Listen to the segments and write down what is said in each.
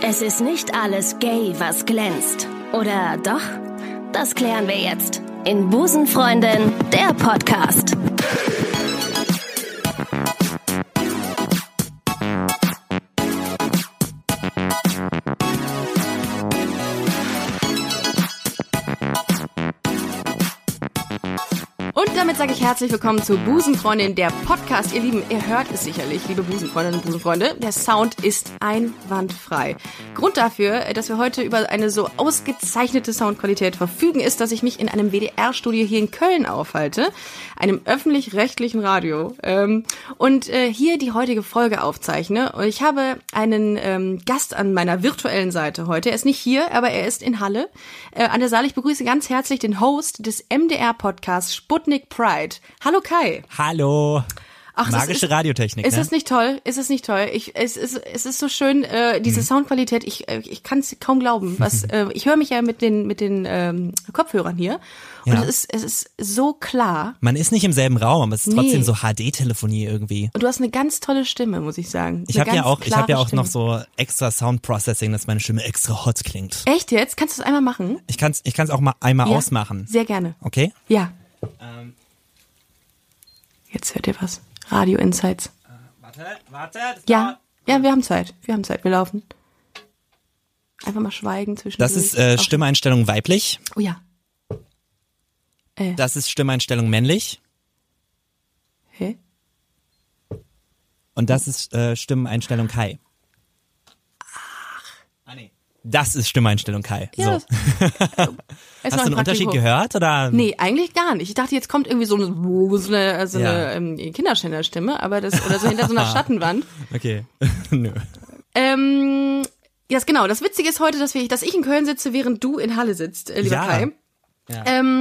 Es ist nicht alles gay, was glänzt. Oder doch? Das klären wir jetzt in Busenfreundin, der Podcast. Und damit sage ich herzlich willkommen zu Busenfreundin, der Podcast. Ihr Lieben, ihr hört es sicherlich, liebe Busenfreundinnen und Busenfreunde, der Sound ist einwandfrei. Grund dafür, dass wir heute über eine so ausgezeichnete Soundqualität verfügen, ist, dass ich mich in einem WDR-Studio hier in Köln aufhalte, einem öffentlich-rechtlichen Radio, und hier die heutige Folge aufzeichne. Und ich habe einen Gast an meiner virtuellen Seite heute. Er ist nicht hier, aber er ist in Halle an der Saal. Ich begrüße ganz herzlich den Host des MDR-Podcasts Sputnik Pride. Hallo Kai. Hallo. Ach, magische Radiotechnik. Ist ne? es nicht toll? Ist es nicht toll? Es ist so schön, diese Soundqualität. Ich kann es kaum glauben. Ich höre mich ja mit den Kopfhörern hier. Und Ja. es ist so klar. Man ist nicht im selben Raum, aber es ist trotzdem so HD-Telefonie irgendwie. Und du hast eine ganz tolle Stimme, muss ich sagen. Ich habe ja auch Stimme. noch so extra Sound Processing, dass meine Stimme extra hot klingt. Echt jetzt? Kannst du es einmal machen? Ich kann's auch mal einmal Ja, ausmachen. Sehr gerne. Okay? Ja. Jetzt hört ihr was. Radio Insights. Warte. Ja, wir haben Zeit. Wir laufen. Einfach mal schweigen zwischendurch. Das ist Stimmeinstellung weiblich. Oh ja. Das ist Stimmeinstellung männlich. Hä? Und das ist Stimmeinstellung Kai. Nee. Das ist Stimmeinstellung Kai. Ja, So. Hast du einen Unterschied gehört? Oder? Nee, eigentlich gar nicht. Ich dachte, jetzt kommt irgendwie so eine Kinderschänderstimme, aber das, oder so hinter so einer Schattenwand. Okay. Nö. Ja, genau. Das Witzige ist heute, dass ich in Köln sitze, während du in Halle sitzt, lieber Ja. Kai. Ja.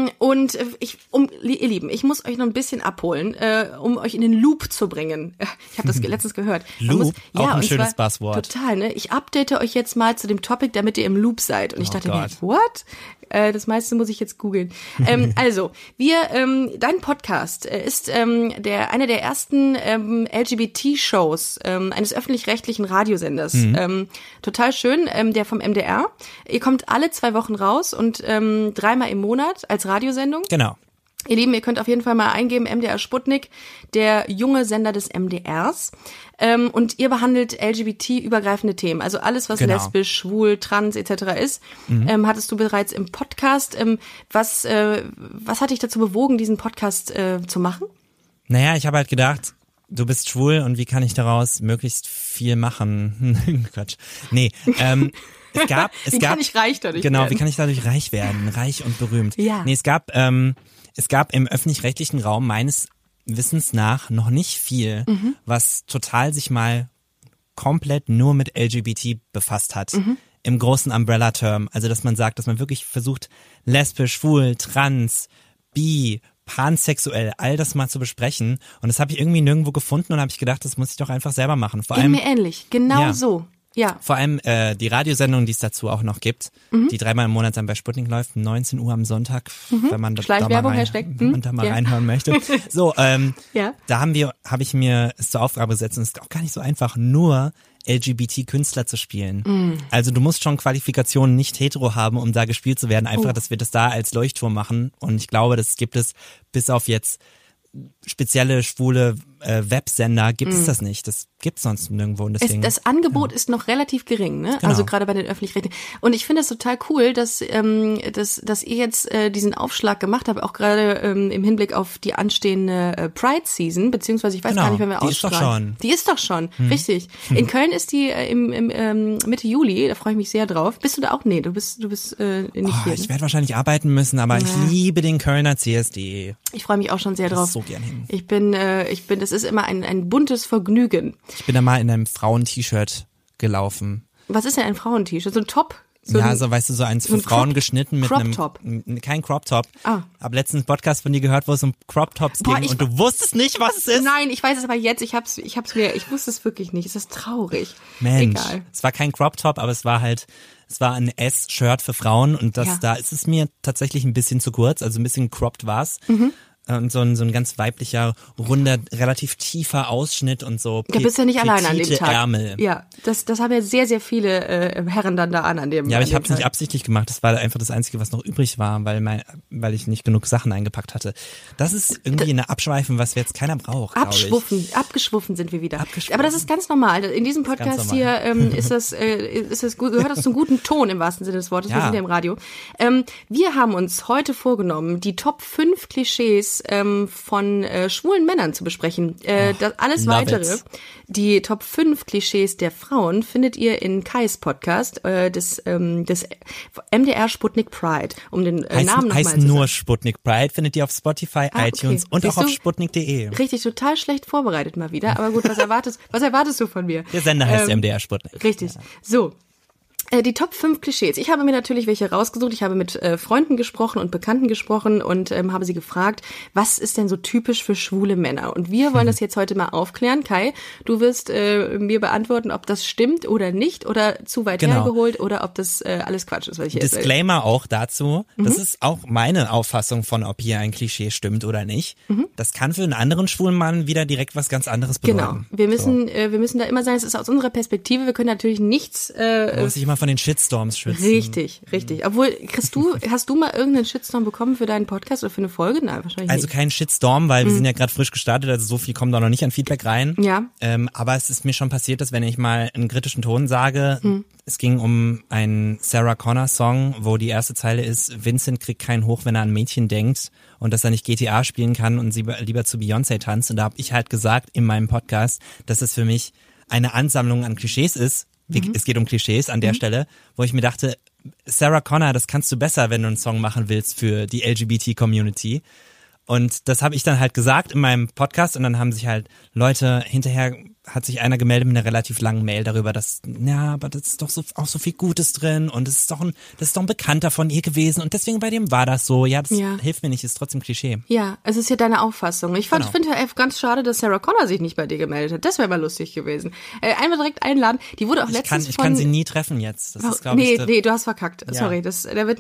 Ihr Lieben, ich muss euch noch ein bisschen abholen, um euch in den Loop zu bringen. Ich habe das letztens gehört. Loop? Auch ein und schönes zwar Buzzword. Total, ne? Ich update euch jetzt mal zu dem Topic, damit ihr im Loop seid. Und ich dachte mir, Gott. what? Das meiste muss ich jetzt googeln. Also, dein Podcast ist einer der ersten LGBT-Shows eines öffentlich-rechtlichen Radiosenders. Total schön, der vom MDR. Ihr kommt alle 2 Wochen raus und 3-mal im Monat als Radiosendung. Genau. Ihr Lieben, ihr könnt auf jeden Fall mal eingeben, MDR Sputnik, der junge Sender des MDRs. Und ihr behandelt LGBT-übergreifende Themen. Also alles, was Genau. lesbisch, schwul, trans etc. ist, hattest du bereits im Podcast. Was hat dich dazu bewogen, diesen Podcast zu machen? Naja, ich habe halt gedacht, du bist schwul und wie kann ich daraus möglichst viel machen? Quatsch. Nee, es gab, Wie kann ich reich dadurch genau, werden? wie kann ich dadurch reich werden? Reich und berühmt. Ja. Nee, es gab im öffentlich-rechtlichen Raum meines Wissens nach noch nicht viel, was total sich mal komplett nur mit LGBT befasst hat. Im großen Umbrella-Term. Also, dass man sagt, dass man wirklich versucht, lesbisch, schwul, trans, bi, pansexuell, all das mal zu besprechen. Und das habe ich irgendwie nirgendwo gefunden und habe ich gedacht, das muss ich doch einfach selber machen. Vor Ging allem mir ähnlich, genau Ja. so. Ja. vor allem die Radiosendung, die es dazu auch noch gibt, die 3-mal im Monat dann bei Sputnik läuft, 19 Uhr am Sonntag, wenn man Schleichwerbung, Hashtag. da mal Ja. reinhören möchte. So, Ja. da habe ich mir es zur Aufgabe gesetzt und es ist auch gar nicht so einfach, nur LGBT-Künstler zu spielen. Also du musst schon Qualifikationen nicht hetero haben, um da gespielt zu werden. Einfach, dass wir das da als Leuchtturm machen. Und ich glaube, das gibt es bis auf jetzt spezielle schwule Websender gibt es das nicht. Das gibt's sonst nirgendwo. Und deswegen, Das Angebot ist noch relativ gering, ne? Genau. Also gerade bei den öffentlich-rechtlichen. Und ich finde es total cool, dass ihr jetzt diesen Aufschlag gemacht habt, auch gerade im Hinblick auf die anstehende Pride-Season, beziehungsweise ich weiß Genau, gar nicht, wenn wir die ist doch ausstrahlen. schon. Die ist doch schon, richtig. In Köln ist die im Mitte Juli, da freue ich mich sehr drauf. Bist du da auch? Nee, du bist nicht hier. ich Ne? werde wahrscheinlich arbeiten müssen, aber ich Ja. liebe den Kölner CSD. Ich freue mich auch schon sehr Ich drauf. so gern hin. Das ist immer ein buntes Vergnügen. Ich bin da mal in einem Frauen-T-Shirt gelaufen. Was ist denn ein Frauent-T-Shirt? So ein Top? Weißt du, so eins so für ein Frauen Crop- geschnitten mit Crop-Top. kein Crop-Top. Ah. Hab letztens einen Podcast von dir gehört, wo es um Crop-Tops Boah, ging und du wusstest nicht, was es ist. Nein, ich weiß es aber jetzt. Ich wusste es wirklich nicht. Es ist traurig. Mensch, Egal. es war kein Crop-Top, aber es war ein S-Shirt für Frauen und Ja. da ist es mir tatsächlich ein bisschen zu kurz, also ein bisschen cropped war's. und so ein ganz weiblicher, runder, relativ tiefer Ausschnitt und so. Da bist du ja nicht alleine an dem Tag. Ärmel. Ja, das haben ja sehr, sehr viele Herren dann da an dem Ja, aber ich habe es Tag. nicht absichtlich gemacht. Das war einfach das Einzige, was noch übrig war, weil ich nicht genug Sachen eingepackt hatte. Das ist irgendwie eine Abschweifung, was jetzt keiner braucht, glaube ich. Abgeschwuffen sind wir wieder. Aber das ist ganz normal. In diesem Podcast hier gehört das zum guten Ton im wahrsten Sinne des Wortes. Ja. Wir sind ja im Radio. Wir haben uns heute vorgenommen, die Top 5 Klischees von schwulen Männern zu besprechen. Alles weitere, die Top 5 Klischees der Frauen, findet ihr in Kais Podcast des MDR Sputnik Pride. Um den Namen nochmal zu heißt sagen. nur Sputnik Pride, findet ihr auf Spotify, iTunes und Siehst auch auf du? sputnik.de. Richtig, total schlecht vorbereitet mal wieder. Aber gut, was erwartest du von mir? Der Sender heißt MDR Sputnik. Richtig. Ja. So. Die Top 5 Klischees. Ich habe mir natürlich welche rausgesucht. Ich habe mit Freunden gesprochen und Bekannten gesprochen und habe sie gefragt, was ist denn so typisch für schwule Männer? Und wir wollen das jetzt heute mal aufklären. Kai, du wirst mir beantworten, ob das stimmt oder nicht oder zu weit hergeholt oder ob das alles Quatsch ist, was ich hier erzähle. Disclaimer auch dazu. Das ist auch meine Auffassung von, ob hier ein Klischee stimmt oder nicht. Das kann für einen anderen schwulen Mann wieder direkt was ganz anderes bedeuten. Genau. Wir müssen da immer sagen, es ist aus unserer Perspektive. Wir können natürlich nichts muss ich immer von den Shitstorms schützen. Richtig. Obwohl, hast du mal irgendeinen Shitstorm bekommen für deinen Podcast oder für eine Folge? Nein, wahrscheinlich Also nicht. kein Shitstorm, weil wir sind ja gerade frisch gestartet, also so viel kommt da noch nicht an Feedback rein. Ja. Aber es ist mir schon passiert, dass wenn ich mal einen kritischen Ton sage, es ging um einen Sarah Connor Song, wo die erste Zeile ist, Vincent kriegt keinen hoch, wenn er an ein Mädchen denkt und dass er nicht GTA spielen kann und sie lieber zu Beyoncé tanzt. Und da habe ich halt gesagt in meinem Podcast, dass es für mich eine Ansammlung an Klischees ist. Es geht um Klischees an der Stelle, wo ich mir dachte, Sarah Connor, das kannst du besser, wenn du einen Song machen willst für die LGBT-Community. Und das habe ich dann halt gesagt in meinem Podcast und dann haben sich halt Leute hinterher, hat sich einer gemeldet mit einer relativ langen Mail darüber, dass, ja, aber das ist doch auch so viel Gutes drin und das ist doch ein Bekannter von ihr gewesen und deswegen bei dem war das so. Ja, das hilft mir nicht, ist trotzdem Klischee. Ja, es ist ja deine Auffassung. Ich finde ja ganz schade, dass Sarah Connor sich nicht bei dir gemeldet hat. Das wäre mal lustig gewesen. Einmal direkt einladen. Die wurde auch letztens Ich kann sie nie treffen jetzt. Das ist, glaube ich, nee, du hast verkackt. Ja. Sorry, das wird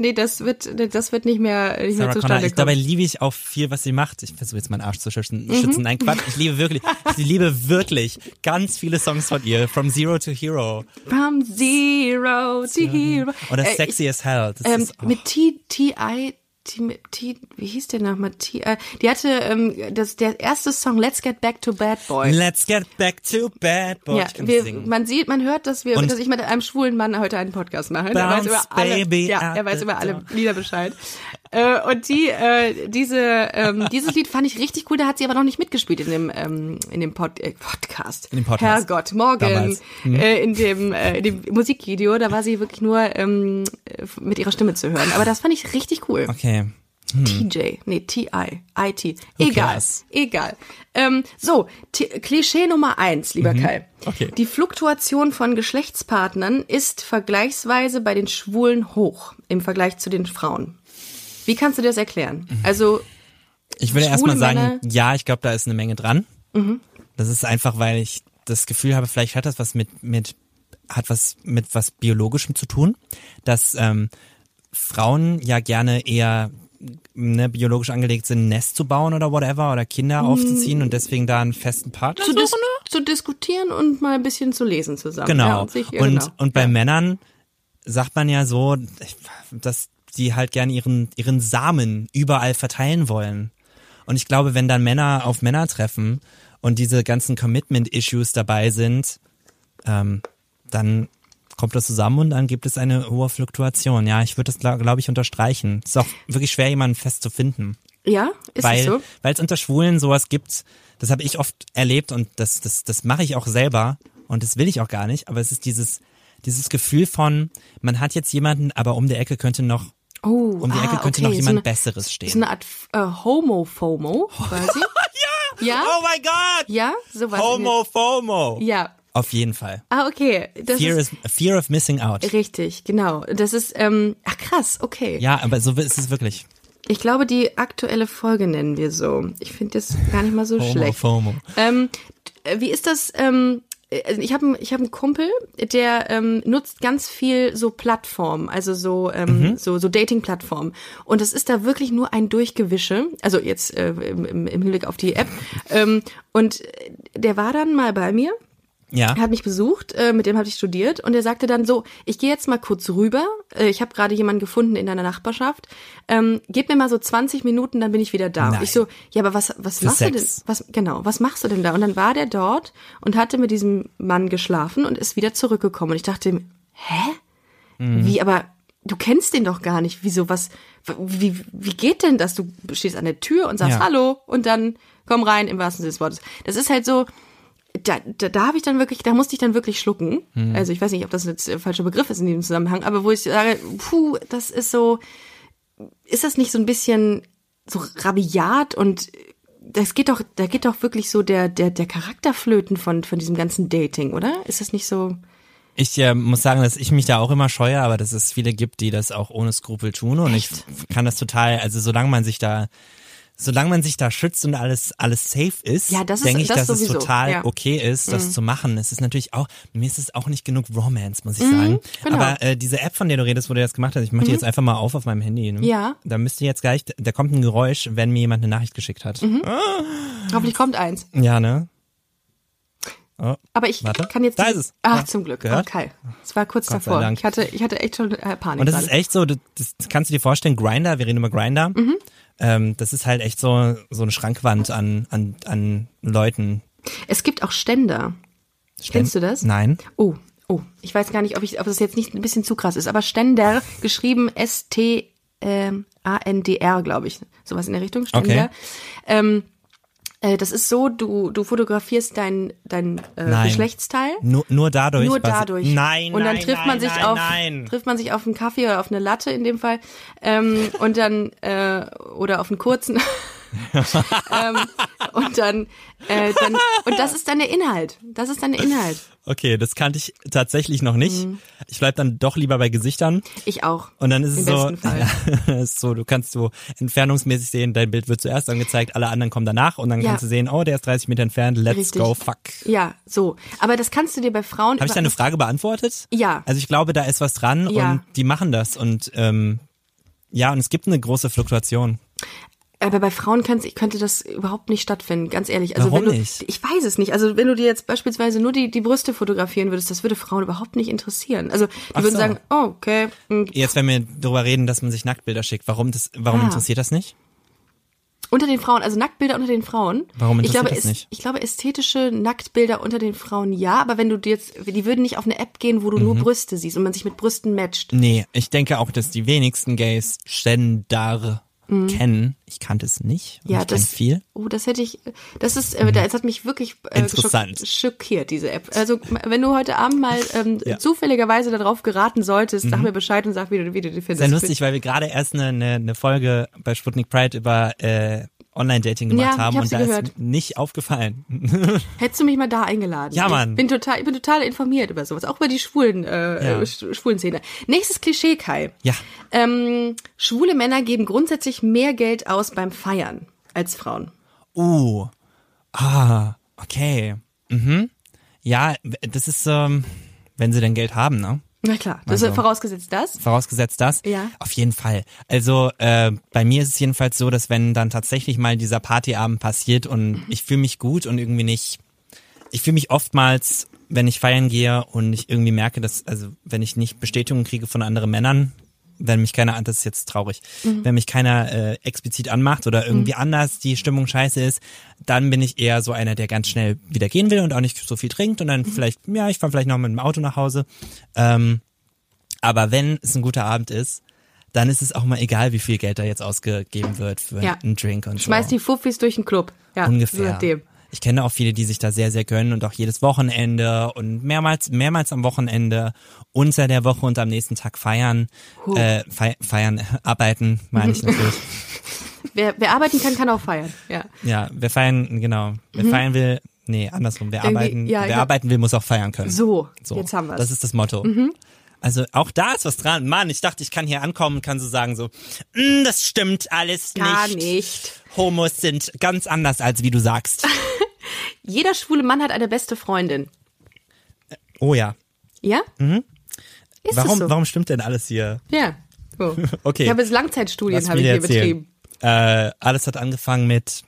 nicht mehr Sarah zustande Connor, kommen. dabei liebe ich auch viel, was sie macht. Ich versuche jetzt meinen Arsch zu schützen. Nein, Quatsch. Ich liebe wirklich ganz viele Songs von ihr. From Zero to Hero. From Zero to Hero. Oder Sexy as Hell. Das ist, mit wie hieß der nochmal? Die hatte der erste Song Let's Get Back to Bad Boy. Let's Get Back to Bad Boy. Ja, man hört, dass ich mit einem schwulen Mann heute einen Podcast mache. Er weiß über alle Lieder Bescheid. Und dieses Lied fand ich richtig cool, da hat sie aber noch nicht mitgespielt in dem Podcast. In dem Podcast. Herrgott, morgen. In dem Musikvideo, da war sie wirklich nur mit ihrer Stimme zu hören. Aber das fand ich richtig cool. Okay. T.I. Egal. Klischee Nummer 1, lieber Kai. Okay. Die Fluktuation von Geschlechtspartnern ist vergleichsweise bei den Schwulen hoch im Vergleich zu den Frauen. Wie kannst du dir das erklären? Also ich würde erstmal sagen, ja, ich glaube, da ist eine Menge dran. Das ist einfach, weil ich das Gefühl habe, vielleicht hat das was mit was Biologischem zu tun, dass Frauen ja gerne eher biologisch angelegt sind, ein Nest zu bauen oder whatever oder Kinder aufzuziehen und deswegen da einen festen Partner zu diskutieren und mal ein bisschen zu lesen zusammen. Genau. Ja, und bei Männern sagt man ja so, dass die halt gerne ihren Samen überall verteilen wollen. Und ich glaube, wenn dann Männer auf Männer treffen und diese ganzen Commitment-Issues dabei sind, dann kommt das zusammen und dann gibt es eine hohe Fluktuation. Ja, ich würde das, glaube ich, unterstreichen. Es ist auch wirklich schwer, jemanden festzufinden. Ja, ist es so? Weil es unter Schwulen sowas gibt, das habe ich oft erlebt und das mache ich auch selber und das will ich auch gar nicht, aber es ist dieses Gefühl von, man hat jetzt jemanden, aber um die Ecke könnte noch jemand Besseres stehen. So eine Art Homo-FOMO quasi. Ja? Oh mein Gott! Ja, sowas. Homo-FOMO! Ja. Auf jeden Fall. Okay. Fear of missing out. Richtig, genau. Das ist, krass, okay. Ja, aber so ist es wirklich. Ich glaube, die aktuelle Folge nennen wir so. Ich finde das gar nicht mal so schlecht. FOMO. Wie ist das, also ich hab einen Kumpel, der nutzt ganz viel so Plattformen, also so Dating-Plattformen. Und es ist da wirklich nur ein Durchgewische, also jetzt im Hinblick auf die App. Und der war dann mal bei mir. Ja. Er hat mich besucht, mit dem habe ich studiert und er sagte dann so, ich gehe jetzt mal kurz rüber, ich habe gerade jemanden gefunden in deiner Nachbarschaft, gib mir mal so 20 Minuten, dann bin ich wieder da. Nein. Und ich so, ja, aber was machst du denn? Was machst du denn da? Und dann war der dort und hatte mit diesem Mann geschlafen und ist wieder zurückgekommen. Und ich dachte, hä? Wie, aber du kennst den doch gar nicht. Wieso, wie geht denn das? Du stehst an der Tür und sagst Hallo und dann komm rein im wahrsten Sinne des Wortes. Das ist halt so, da habe ich dann wirklich, da musste ich dann wirklich schlucken. Also ich weiß nicht, ob das jetzt ein falscher Begriff ist in diesem Zusammenhang, aber wo ich sage, das ist so, ist das nicht so ein bisschen so rabiat und da geht doch wirklich so der Charakter flöten von diesem ganzen Dating, oder? Ist das nicht so? Ich muss sagen, dass ich mich da auch immer scheue, aber dass es viele gibt, die das auch ohne Skrupel tun und Echt? ich kann das total, also solange man sich da schützt und alles safe ist, denke ich, dass es total okay ist, das zu machen. Es ist natürlich auch, mir ist es auch nicht genug Romance, muss ich sagen. Genau. Aber diese App, von der du redest, wo du das gemacht hast, ich mache die jetzt einfach mal auf meinem Handy. Ne? Ja. Da müsste jetzt gleich, da kommt ein Geräusch, wenn mir jemand eine Nachricht geschickt hat. Hoffentlich kommt eins. Ja, ne? Oh, aber ich warte. kann jetzt. Da ist es. Ach, Ja. zum Glück. Gehört? Okay. Es war kurz Gott sei davor. Dank. Ich hatte echt schon Panik. Und das gerade. ist echt so, das kannst du dir vorstellen, Grindr, wir reden über Grindr. Das ist halt echt so eine Schrankwand an Leuten. Es gibt auch Ständer. Kennst du das? Nein. Oh, ich weiß gar nicht, ob das jetzt nicht ein bisschen zu krass ist, aber Ständer, geschrieben STANDR, glaube ich. Sowas in der Richtung, Ständer. Okay. Das ist so, du fotografierst dein Nein. Geschlechtsteil. Nur dadurch. Nur dadurch. Nein, und dann nein, trifft man nein, sich nein. trifft man sich auf einen Kaffee oder auf eine Latte in dem Fall und dann oder auf einen kurzen und dann und das ist dann der Inhalt. Das ist dann der Inhalt. Okay, das kannte ich tatsächlich noch nicht. Ich bleib dann doch lieber bei Gesichtern. Ich auch. Und dann ist es Im so, besten Fall. ist so, du kannst so entfernungsmäßig sehen, dein Bild wird zuerst angezeigt, alle anderen kommen danach und dann kannst du sehen, oh, der ist 30 Meter entfernt, let's Richtig. go, fuck. Ja, so. Aber das kannst du dir bei Frauen. Habe ich deine Frage beantwortet? Ja. Also ich glaube, da ist was dran Ja. und die machen das und und es gibt eine große Fluktuation. Aber bei Frauen könnte das überhaupt nicht stattfinden, ganz ehrlich. Also Warum wenn du, nicht? Ich weiß es nicht. Also wenn du dir jetzt beispielsweise nur die Brüste fotografieren würdest, das würde Frauen überhaupt nicht interessieren. Also die würden so. sagen, oh, okay. Jetzt, wenn wir darüber reden, dass man sich Nacktbilder schickt, warum interessiert das nicht? Unter den Frauen, also Nacktbilder unter den Frauen. Warum interessiert das nicht? Ich glaube, ästhetische Nacktbilder unter den Frauen ja, aber wenn du die würden nicht auf eine App gehen, wo du nur Brüste siehst und man sich mit Brüsten matcht. Nee, ich denke auch, dass die wenigsten Gays Ständer kennen. Ich kannte es nicht. Und Ja, ich kenne viel. Oh, das hat mich wirklich Interessant. schockiert, diese App. Also, wenn du heute Abend mal zufälligerweise darauf geraten solltest, sag mir Bescheid und sag, wie du die findest. Sehr lustig, weil wir gerade erst eine Folge bei Sputnik Pride über Online-Dating gemacht haben ich hab und sie da gehört. ist nicht aufgefallen. Hättest du mich mal da eingeladen? Ja, Mann. Ich bin total informiert über sowas, auch über die schwulen Szene. Nächstes Klischee, Kai. Ja. Schwule Männer geben grundsätzlich mehr Geld aus beim Feiern als Frauen. Okay. Ja, das ist, wenn sie denn Geld haben, ne? Na klar, das ist vorausgesetzt das. Vorausgesetzt das? Ja. Auf jeden Fall. Also bei mir ist es jedenfalls so, dass wenn dann tatsächlich mal dieser Partyabend passiert und ich fühle mich gut und irgendwie nicht, ich fühle mich oftmals, wenn ich feiern gehe und ich irgendwie merke, dass, also wenn ich nicht Bestätigung kriege von anderen Männern, wenn mich keiner, das ist jetzt traurig, wenn mich keiner explizit anmacht oder irgendwie anders die Stimmung scheiße ist, dann bin ich eher so einer, der ganz schnell wieder gehen will und auch nicht so viel trinkt und dann vielleicht, ich fahre vielleicht noch mit dem Auto nach Hause. Aber wenn es ein guter Abend ist, dann ist es auch mal egal, wie viel Geld da jetzt ausgegeben wird für einen Drink und so. Schmeiß die Fuffis durch den Club. Ja, ungefähr. so nachdem. Ich kenne auch viele, die sich da sehr, sehr gönnen und auch jedes Wochenende und mehrmals am Wochenende, unter der Woche und am nächsten Tag feiern. Arbeiten, meine ich natürlich. Wer arbeiten kann auch feiern. Ja. Ja, wer feiern, genau. Wer feiern will, andersrum. Wer arbeiten will, muss auch feiern können. So, jetzt haben wir's. Das ist das Motto. Also auch da ist was dran. Mann, ich dachte, ich kann hier ankommen und kann so sagen so, das stimmt alles nicht. Gar nicht. Homos sind ganz anders, als wie du sagst. Jeder schwule Mann hat eine beste Freundin. Oh ja. Ja? Mhm. Ist das so? Warum stimmt denn alles hier? Ja. Oh. Okay. Ich habe jetzt Langzeitstudien Lass habe mich ich dir hier erzählen. betrieben. Alles hat angefangen mit,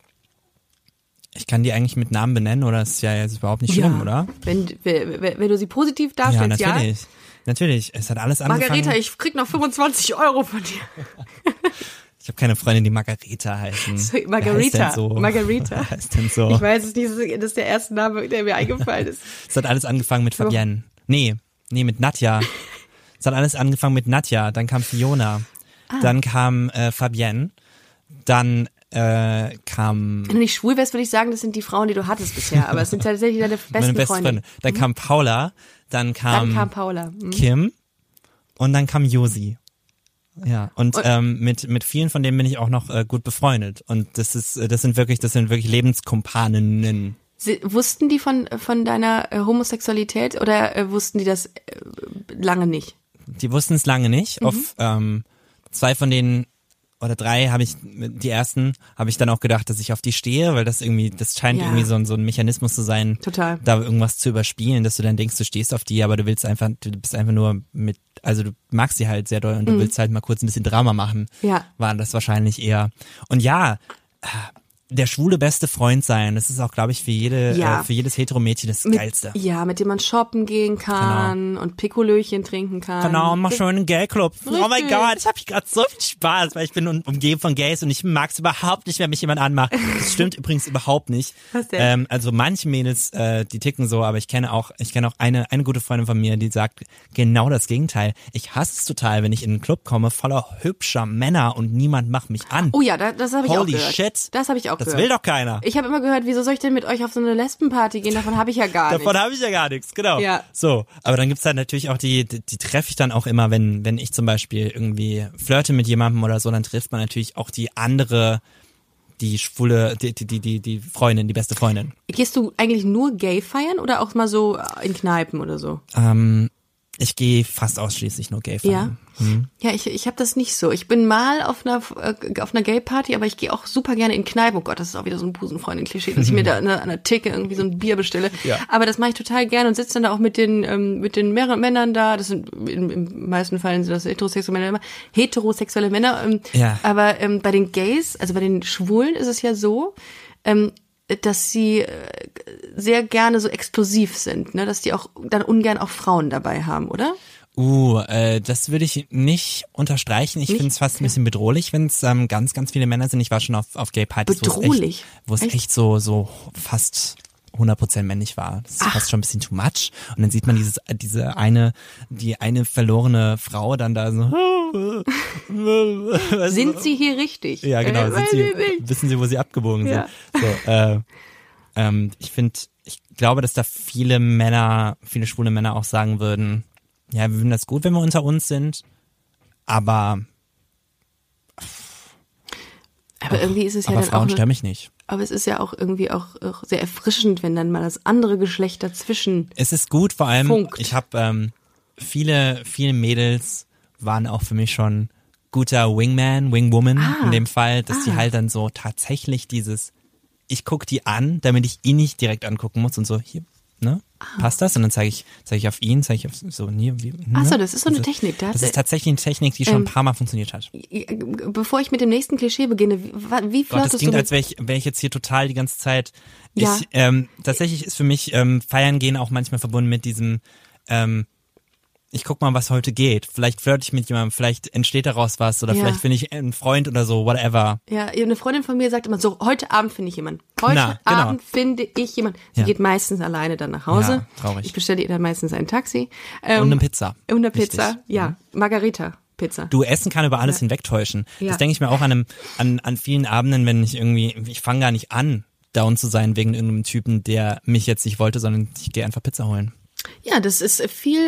ich kann die eigentlich mit Namen benennen, oder? Das ist ja jetzt überhaupt nicht schlimm, oder? Wenn du sie positiv darstellst, Ja, natürlich. Natürlich. Es hat alles angefangen. Margareta, ich krieg noch 25 € von dir. Ich habe keine Freundin, die Margareta heißen. Margarita. Wer heißt denn so? Margarita. Wer heißt denn so? Ich weiß es nicht, das ist der erste Name, der mir eingefallen ist. Es hat alles angefangen mit Fabienne. Nee, mit Nadja. Es hat alles angefangen mit Nadja, dann kam Fiona, dann kam Fabienne, dann kam... Wenn du nicht schwul wärst, würde ich sagen, das sind die Frauen, die du hattest bisher, aber es sind tatsächlich deine meine besten beste Freunde. Dann kam Paula, dann kam Paula. Kim und dann kam Josi. Ja, und mit vielen von denen bin ich auch noch gut befreundet. Und das sind wirklich Lebenskumpaninnen. Wussten die von deiner Homosexualität oder wussten die das lange nicht? Die wussten es lange nicht. Auf 2 von denen oder 3 die ersten habe ich dann auch gedacht, dass ich auf die stehe, weil das scheint irgendwie so ein Mechanismus zu sein, total, da irgendwas zu überspielen, dass du dann denkst, du stehst auf die, aber du bist einfach nur also du magst sie halt sehr doll und du willst halt mal kurz ein bisschen Drama machen. Ja. War das wahrscheinlich eher. Und ja, der schwule beste Freund sein, das ist auch, glaube ich, für jedes Hetero-Mädchen das Geilste. Ja, mit dem man shoppen gehen kann und Pikolöchen trinken kann. Genau, mal schön einen Gay-Club. Richtig. Oh mein Gott, ich habe gerade so viel Spaß, weil ich bin umgeben von Gays und ich mag es überhaupt nicht, wenn mich jemand anmacht. Das stimmt übrigens überhaupt nicht. Was denn? Also manche Mädels, die ticken so, aber ich kenne auch eine gute Freundin von mir, die sagt genau das Gegenteil. Ich hasse es total, wenn ich in einen Club komme, voller hübscher Männer und niemand macht mich an. Oh ja, das habe ich auch gehört. Holy shit. Das habe ich auch Das gehört. will doch keiner. Ich habe immer gehört, wieso soll ich denn mit euch auf so eine Lesbenparty gehen? Davon habe ich ja gar nichts. Davon habe ich ja gar nichts, genau. Ja. So, aber dann gibt's halt natürlich auch die treffe ich dann auch immer, wenn ich zum Beispiel irgendwie flirte mit jemandem oder so, dann trifft man natürlich auch die andere, die schwule, die Freundin, die beste Freundin. Gehst du eigentlich nur gay feiern oder auch mal so in Kneipen oder so? Ich gehe fast ausschließlich nur gay feiern. Ja, ich habe das nicht so. Ich bin mal auf einer Gay-Party, aber ich gehe auch super gerne in Kneipen. Oh Gott, das ist auch wieder so ein Busenfreundin-Klischee, dass ich mir da an der Theke irgendwie so ein Bier bestelle. Ja. Aber das mache ich total gerne und sitze dann da auch mit den mehreren Männern da. Das sind im meisten Fällen sind das heterosexuelle Männer. Ja. Aber bei den Gays, also bei den Schwulen ist es ja so, dass sie sehr gerne so exklusiv sind, ne? Dass die auch dann ungern auch Frauen dabei haben, oder? Das würde ich nicht unterstreichen. Ich finde es fast ein bisschen bedrohlich, wenn es ganz, ganz viele Männer sind. Ich war schon auf Gay-Partys, wo es echt so fast 100% männlich war. Das ist fast schon ein bisschen too much. Und dann sieht man die eine verlorene Frau dann da so. Sind sie hier richtig? Ja, genau. Wissen sie, wo sie abgebogen sind? So, ich glaube, dass da viele schwule Männer auch sagen würden, ja, wir finden das gut, wenn wir unter uns sind, aber irgendwie ist es ja aber dann Frauen auch stören mich nicht. Aber es ist ja auch irgendwie auch sehr erfrischend, wenn dann mal das andere Geschlecht dazwischen. Es ist gut, vor allem, funkt. Ich habe viele Mädels waren auch für mich schon guter Wingman, Wingwoman in dem Fall, dass die halt dann so tatsächlich ich guck die an, damit ich ihn nicht direkt angucken muss und so, hier, ne? Passt das? Und dann zeige ich auf ihn, zeige ich auf so, ne? Achso, das ist so eine Technik. Das ist tatsächlich eine Technik, die schon ein paar Mal funktioniert hat. Bevor ich mit dem nächsten Klischee beginne, wie flirtest das klingt, du als wäre ich jetzt hier total die ganze Zeit. Ja. Tatsächlich ist für mich Feiern gehen auch manchmal verbunden mit diesem ich guck mal, was heute geht. Vielleicht flirte ich mit jemandem, vielleicht entsteht daraus was oder vielleicht finde ich einen Freund oder so, whatever. Ja, eine Freundin von mir sagt immer so, heute Abend finde ich jemanden. Abend finde ich jemanden. Sie geht meistens alleine dann nach Hause. Ja, traurig. Ich bestelle ihr dann meistens ein Taxi. Und eine Pizza. Und eine Pizza, Wichtig. ja. Margarita-Pizza. Du, Essen kann über alles hinwegtäuschen. Ja. Das denke ich mir auch an vielen Abenden, wenn ich fange gar nicht an, down zu sein wegen irgendeinem Typen, der mich jetzt nicht wollte, sondern ich gehe einfach Pizza holen. Ja, das ist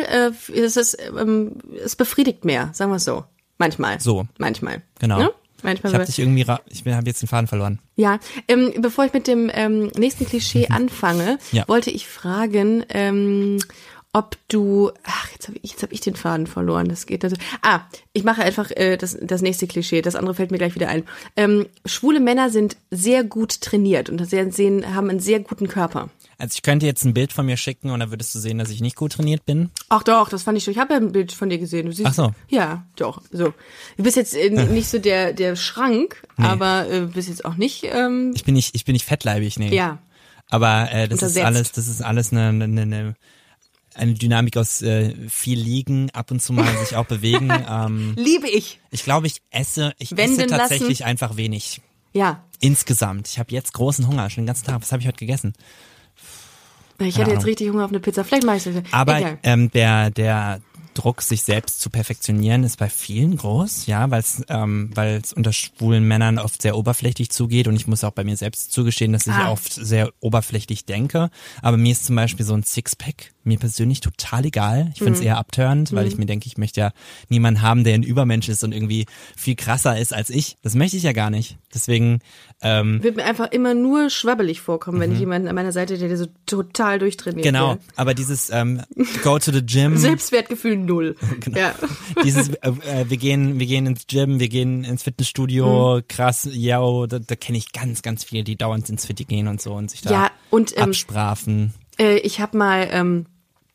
es befriedigt mehr, sagen wir es so. Manchmal. Manchmal. Genau. Ne? Manchmal. Ich habe jetzt den Faden verloren. Ja, bevor ich mit dem nächsten Klischee anfange, wollte ich fragen, ob du, jetzt hab ich den Faden verloren, das geht also. Ich mache einfach das nächste Klischee, das andere fällt mir gleich wieder ein. Schwule Männer sind sehr gut trainiert und haben einen sehr guten Körper. Also ich könnte jetzt ein Bild von mir schicken und dann würdest du sehen, dass ich nicht gut trainiert bin. Ach doch, das fand ich schon. Ich habe ja ein Bild von dir gesehen. Du siehst, Ach so. Ja, doch. So. Du bist jetzt nicht so der Schrank, aber bist jetzt auch nicht. Ich bin nicht fettleibig, nee. Ja. Aber das Untersetzt. ist alles eine Dynamik aus viel liegen, ab und zu mal sich auch bewegen. Liebe ich. Ich glaube, ich esse Wenden tatsächlich lassen. einfach wenig. Ja. Insgesamt. Ich habe jetzt großen Hunger, schon den ganzen Tag. Was habe ich heute gegessen? Ich hätte jetzt Ahnung. richtig Hunger auf eine Pizza. Vielleicht mache ich das. Aber Egal. der Druck, sich selbst zu perfektionieren, ist bei vielen groß, ja, weil es unter schwulen Männern oft sehr oberflächlich zugeht und ich muss auch bei mir selbst zugestehen, dass ich oft sehr oberflächlich denke. Aber mir ist zum Beispiel so ein Sixpack mir persönlich total egal. Ich finde es eher abtörend, weil ich mir denke, ich möchte ja niemanden haben, der ein Übermensch ist und irgendwie viel krasser ist als ich. Das möchte ich ja gar nicht. Deswegen Wird mir einfach immer nur schwabbelig vorkommen, wenn ich jemanden an meiner Seite hätte, der so total durchtrainiert genau. wäre. Aber dieses go to the gym. Selbstwertgefühl 0. Genau. Ja. Dieses, wir gehen ins Gym, wir gehen ins Fitnessstudio, krass, ja, da kenne ich ganz, ganz viele, die dauernd ins Fitti gehen und so und sich da und abstrafen. Ich habe mal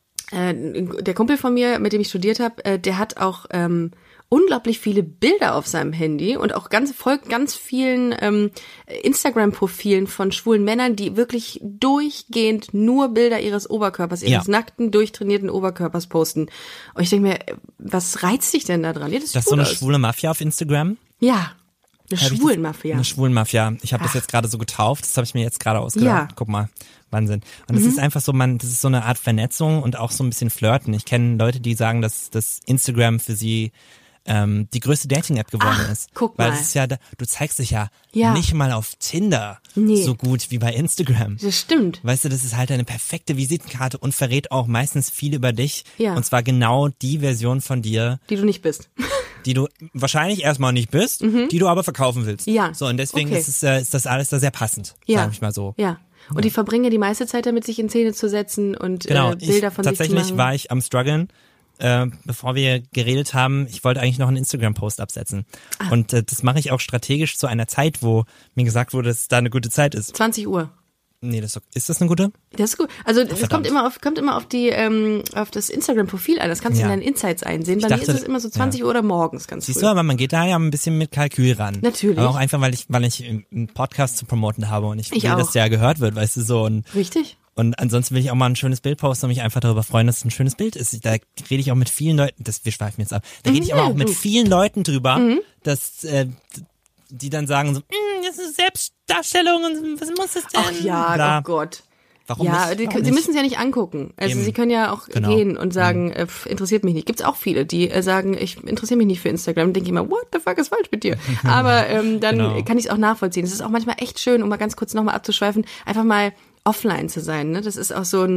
der Kumpel von mir, mit dem ich studiert habe, der hat auch unglaublich viele Bilder auf seinem Handy und auch folgt ganz vielen Instagram-Profilen von schwulen Männern, die wirklich durchgehend nur Bilder ihres Oberkörpers, ihres nackten, durchtrainierten Oberkörpers posten. Und ich denke mir, was reizt dich denn da dran? Ja, Das ist so eine schwule Mafia auf Instagram. Ja, eine Schwulenmafia. Eine Schwulenmafia. Ich habe das jetzt gerade so getauft, das habe ich mir jetzt gerade ausgedacht. Ja. Guck mal, Wahnsinn. Und das ist einfach so, das ist so eine Art Vernetzung und auch so ein bisschen Flirten. Ich kenne Leute, die sagen, dass das Instagram für sie die größte Dating-App geworden ist. Guck Weil mal. es ist ja, du zeigst dich ja Ja. nicht mal auf Tinder so gut wie bei Instagram. Das stimmt. Weißt du, das ist halt eine perfekte Visitenkarte und verrät auch meistens viel über dich. Ja. Und zwar genau die Version von dir, Die du nicht bist. die du wahrscheinlich erstmal nicht bist, die du aber verkaufen willst. Ja. So, und deswegen Okay. ist das alles da sehr passend, Ja. sag ich mal so. Ja. Und die verbringen ja die meiste Zeit damit, sich in Szene zu setzen und Genau, Bilder von sich zu tatsächlich machen. war ich am struggeln, bevor wir geredet haben, ich wollte eigentlich noch einen Instagram-Post absetzen. Und das mache ich auch strategisch zu einer Zeit, wo mir gesagt wurde, dass da eine gute Zeit ist. 20 Uhr. Nee, ist das eine gute? Das ist gut. Also es verdammt. kommt immer auf die auf das Instagram-Profil an. Das kannst du in deinen Insights einsehen. Bei mir dachte, ist es immer so 20 Uhr oder morgens ganz Siehst früh. du, aber man geht da ja ein bisschen mit Kalkül ran. Natürlich. Aber auch einfach, weil ich einen Podcast zu promoten habe und ich will, auch. dass der gehört wird, weißt du, so. Richtig. Und ansonsten will ich auch mal ein schönes Bild posten und mich einfach darüber freuen, dass es ein schönes Bild ist. Da rede ich auch mit vielen Leuten, wir schweifen jetzt ab, da rede ich aber auch mit vielen Leuten drüber, dass die dann sagen so, das ist Selbstdarstellung und was muss das denn? Ach ja, Bla. oh Gott. Warum Ja, nicht? sie müssen es ja nicht angucken. Also Eben. sie können ja auch Genau. gehen und sagen, interessiert mich nicht. Gibt's auch viele, die sagen, ich interessiere mich nicht für Instagram. Denke ich immer, what the fuck ist falsch mit dir? Aber dann Genau. kann ich es auch nachvollziehen. Es ist auch manchmal echt schön, um mal ganz kurz nochmal abzuschweifen, einfach mal offline zu sein. Ne? Das ist auch so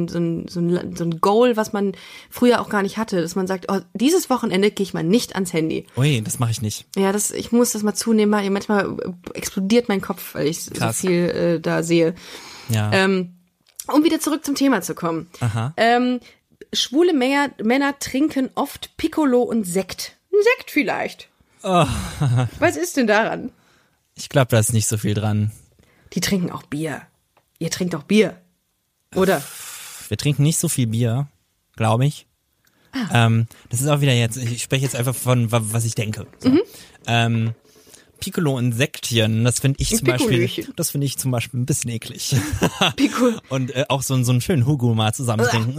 ein Goal, was man früher auch gar nicht hatte, dass man sagt, oh, dieses Wochenende gehe ich mal nicht ans Handy. Ui, das mache ich nicht. Ja, ich muss das mal zunehmen. Manchmal explodiert mein Kopf, weil ich Krass. so viel da sehe. Ja. Um wieder zurück zum Thema zu kommen. Aha. Schwule Männer trinken oft Piccolo und Sekt. Ein Sekt vielleicht. Oh. Was ist denn daran? Ich glaube, da ist nicht so viel dran. Die trinken auch Bier. Ihr trinkt auch Bier. Oder? Wir trinken nicht so viel Bier, glaube ich. Das ist auch wieder jetzt, ich spreche jetzt einfach von, was ich denke. So. Piccolo und Sektchen, das finde ich zum Beispiel ein bisschen eklig. Piccolo. Und auch so einen schönen Hugo mal zusammen trinken.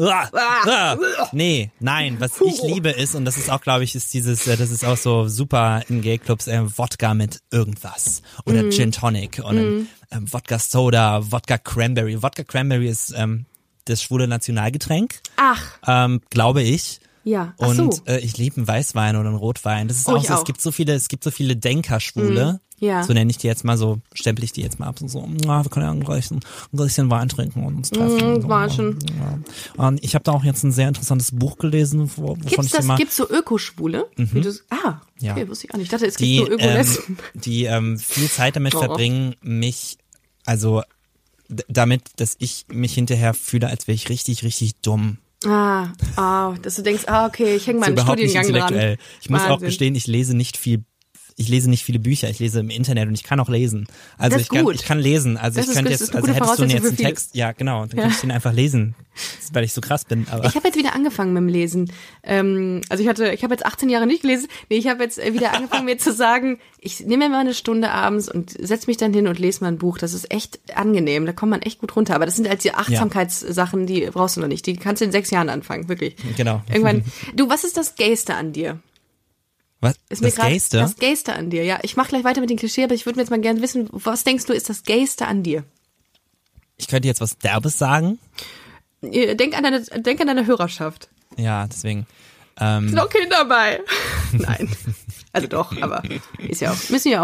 Nee, nein, was ich liebe ist, und das ist auch, glaube ich, ist das ist auch so super in Gay-Clubs, Wodka mit irgendwas. Oder Gin Tonic und Wodka Soda, Wodka Cranberry. Wodka Cranberry ist das schwule Nationalgetränk. Ach. Glaube ich. Ja. Ach Und so. ich liebe einen Weißwein oder einen Rotwein. Das ist Oh, auch ich so, auch. es gibt so viele Denkerschwule. Ja. So nenne ich die jetzt mal so, stempel ich die jetzt mal ab und so, wir können ja ein bisschen Wein trinken und uns treffen. und war so. schon. Ja. Und ich habe da auch jetzt ein sehr interessantes Buch gelesen, Gibt's so Ökoschwule? Wie okay, Ja. wusste ich gar nicht. Ich dachte, es gibt nur Ökolesben. Die viel Zeit damit verbringen, damit, dass ich mich hinterher fühle, als wäre ich richtig, richtig dumm. Dass du denkst, okay, ich hänge mal einen Überhaupt nicht Studiengang intellektuell. dran. Ich muss auch Wahnsinn. gestehen, ich lese nicht viel ich lese nicht viele Bücher, ich lese im Internet und ich kann auch lesen. Also ich kann lesen. Also ich könnte jetzt, also hättest du jetzt einen Text, ja genau, dann könnte ich den einfach lesen, weil ich so krass bin. Aber ich habe jetzt wieder angefangen mit dem Lesen. Also ich habe jetzt 18 Jahre nicht gelesen. Nee, ich habe jetzt wieder angefangen, mir zu sagen, ich nehme mir mal eine Stunde abends und setze mich dann hin und lese mal ein Buch. Das ist echt angenehm, da kommt man echt gut runter. Aber das sind halt die Achtsamkeitssachen, die brauchst du noch nicht. Die kannst du in 6 Jahren anfangen, wirklich. Genau. Irgendwann. Du, was ist das Gayste an dir? Was? Das Gayste? Das Gayste an dir, ja. Ich mache gleich weiter mit den Klischee, aber ich würde mir jetzt mal gerne wissen, was denkst du, ist das Gayste an dir? Ich könnte jetzt was Derbes sagen. Denk an deine Hörerschaft. Ja, deswegen. Sind auch Kinder dabei. Nein. Also doch, aber ist ja auch, müssen ja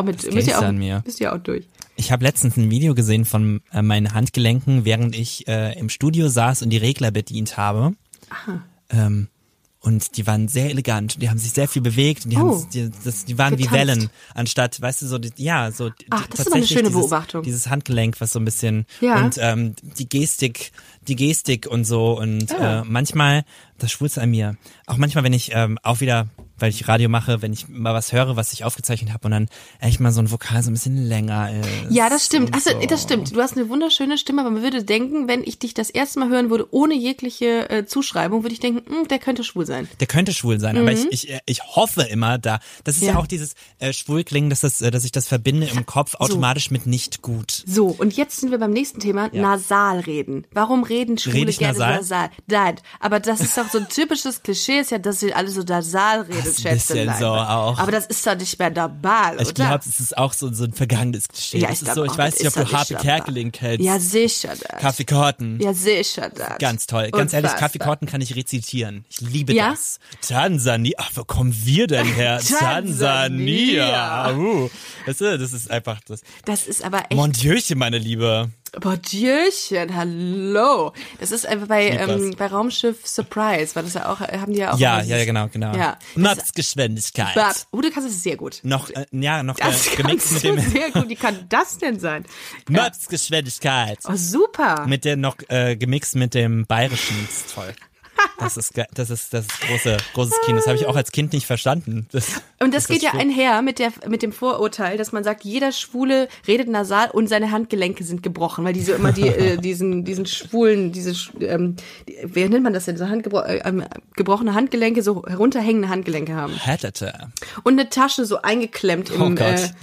auch durch. Ich habe letztens ein Video gesehen von meinen Handgelenken, während ich im Studio saß und die Regler bedient habe. Aha. Und die waren sehr elegant, die haben sich sehr viel bewegt, die waren wie Wellen, anstatt, weißt du, so, das ist aber eine schöne Beobachtung. Dieses Handgelenk, was so ein bisschen, und die Gestik und so, und manchmal, das Schwulste an mir, auch manchmal, wenn ich auch wieder, weil ich Radio mache, wenn ich mal was höre, was ich aufgezeichnet habe und dann echt mal so ein Vokal so ein bisschen länger ist. Ja, das stimmt. Achso, das stimmt. Du hast eine wunderschöne Stimme, aber man würde denken, wenn ich dich das erste Mal hören würde, ohne jegliche Zuschreibung, würde ich denken, der könnte schwul sein. Der könnte schwul sein, aber ich hoffe immer das ist ja auch dieses Schwulklingen, dass ich das verbinde im Kopf automatisch mit nicht gut. So, und jetzt sind wir beim nächsten Thema, Nasalreden. Warum reden Schwule gerne nasal? Nein, aber das ist doch so ein typisches Klischee, ist ja, dass sie alle so nasal reden. Bisschen so auch. Aber das ist doch nicht mehr normal, oder? Ich glaube, es ist auch so ein vergangenes Klischee. Ja, ich weiß nicht, ob du Harpe Kerkeling kennst. Ja, sicher das. Kaffee Korten. Ja, sicher das. Ganz toll. Ganz ehrlich, Kaffee Korten kann ich rezitieren. Ich liebe das. Tansania. Ach, wo kommen wir denn her? Tansania. Das ist einfach das. Das ist aber echt. Mon Dieuchen, meine Liebe. Bordierchen, hallo. Das ist einfach bei Raumschiff Surprise, weil das ja auch, haben die ja auch. Ja, genau. Ja. Mopsgeschwindigkeit. Du kannst es sehr gut. Noch gemixt mit dem. Sehr gut. Wie kann das denn sein? Mopsgeschwindigkeit. Oh, super. Mit der noch gemixt mit dem Bayerischen. Das ist toll. Das ist großes Kino. Das habe ich auch als Kind nicht verstanden. Und das geht ja einher mit dem Vorurteil, dass man sagt, jeder Schwule redet nasal und seine Handgelenke sind gebrochen, weil die so immer diesen Schwulen, wie nennt man das denn, so gebrochene Handgelenke, so herunterhängende Handgelenke haben. Und eine Tasche so eingeklemmt in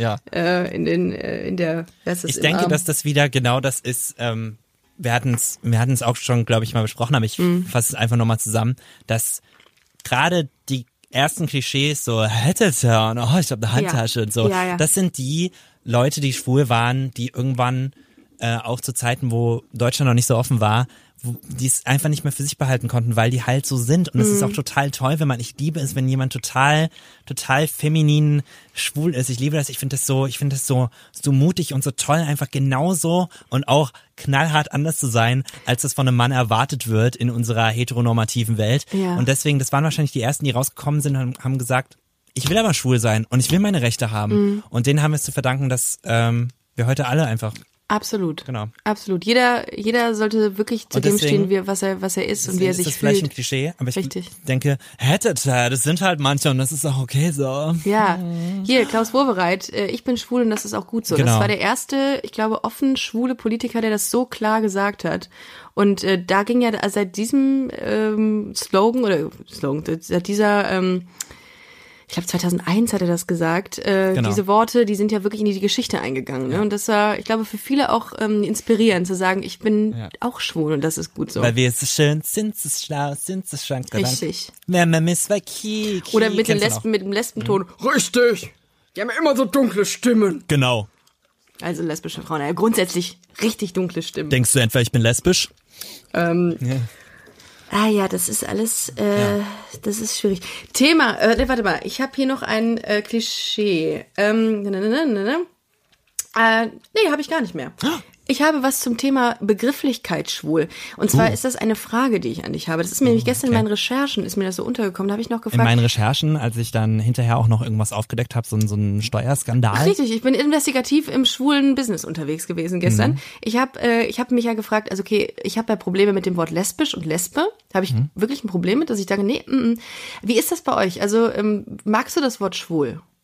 der, ich denke, dass das wieder genau das ist, wir hatten es auch schon, glaube ich, mal besprochen, aber ich fasse es einfach nochmal zusammen, dass gerade die ersten Klischees so, ich habe eine Handtasche und so, das sind die Leute, die schwul waren, die irgendwann auch zu Zeiten, wo Deutschland noch nicht so offen war, die es einfach nicht mehr für sich behalten konnten, weil die halt so sind. Und es ist auch total toll, ich liebe es, wenn jemand total feminin schwul ist. Ich liebe das, ich finde das so mutig und so toll, einfach genauso und auch knallhart anders zu sein, als das von einem Mann erwartet wird in unserer heteronormativen Welt. Ja. Und deswegen, das waren wahrscheinlich die ersten, die rausgekommen sind und haben gesagt, ich will aber schwul sein und ich will meine Rechte haben. Und denen haben wir es zu verdanken, dass wir heute alle einfach. Absolut. Genau. Absolut. Jeder sollte wirklich zu dem stehen, was er ist und wie er sich fühlt. Das ist vielleicht ein Klischee, aber ich denke, das sind halt manche und das ist auch okay so. Ja. Hier, Klaus Wowereit, ich bin schwul und das ist auch gut so. Genau. Das war der erste, ich glaube, offen schwule Politiker, der das so klar gesagt hat. Und da ging ja seit diesem seit dieser ich glaube 2001 hat er das gesagt, diese Worte, die sind ja wirklich in die Geschichte eingegangen. Ne? Und das war, ich glaube, für viele auch inspirierend zu sagen, ich bin auch schwul und das ist gut so. Weil wir so schön, sind es schlau, sind es schlank. Richtig. Oder mit dem Lesbenton. Richtig. Die haben ja immer so dunkle Stimmen. Genau. Also lesbische Frauen, ja, grundsätzlich richtig dunkle Stimmen. Denkst du etwa, ich bin lesbisch? Ah ja, das ist alles, das ist schwierig. Thema, warte mal, ich habe hier noch ein Klischee. Nee, habe ich gar nicht mehr. Ich habe was zum Thema Begrifflichkeit schwul. Und zwar ist das eine Frage, die ich an dich habe. Das ist mir nämlich gestern in meinen Recherchen, ist mir das so untergekommen. Da habe ich noch gefragt. In meinen Recherchen, als ich dann hinterher auch noch irgendwas aufgedeckt habe, so ein Steuerskandal. Ach, richtig, ich bin investigativ im schwulen Business unterwegs gewesen gestern. Ich hab mich ja gefragt, also okay, ich habe ja Probleme mit dem Wort lesbisch und Lesbe. Da habe ich wirklich ein Problem mit, dass ich sage, nee, Wie ist das bei euch? Also magst du das Wort schwul?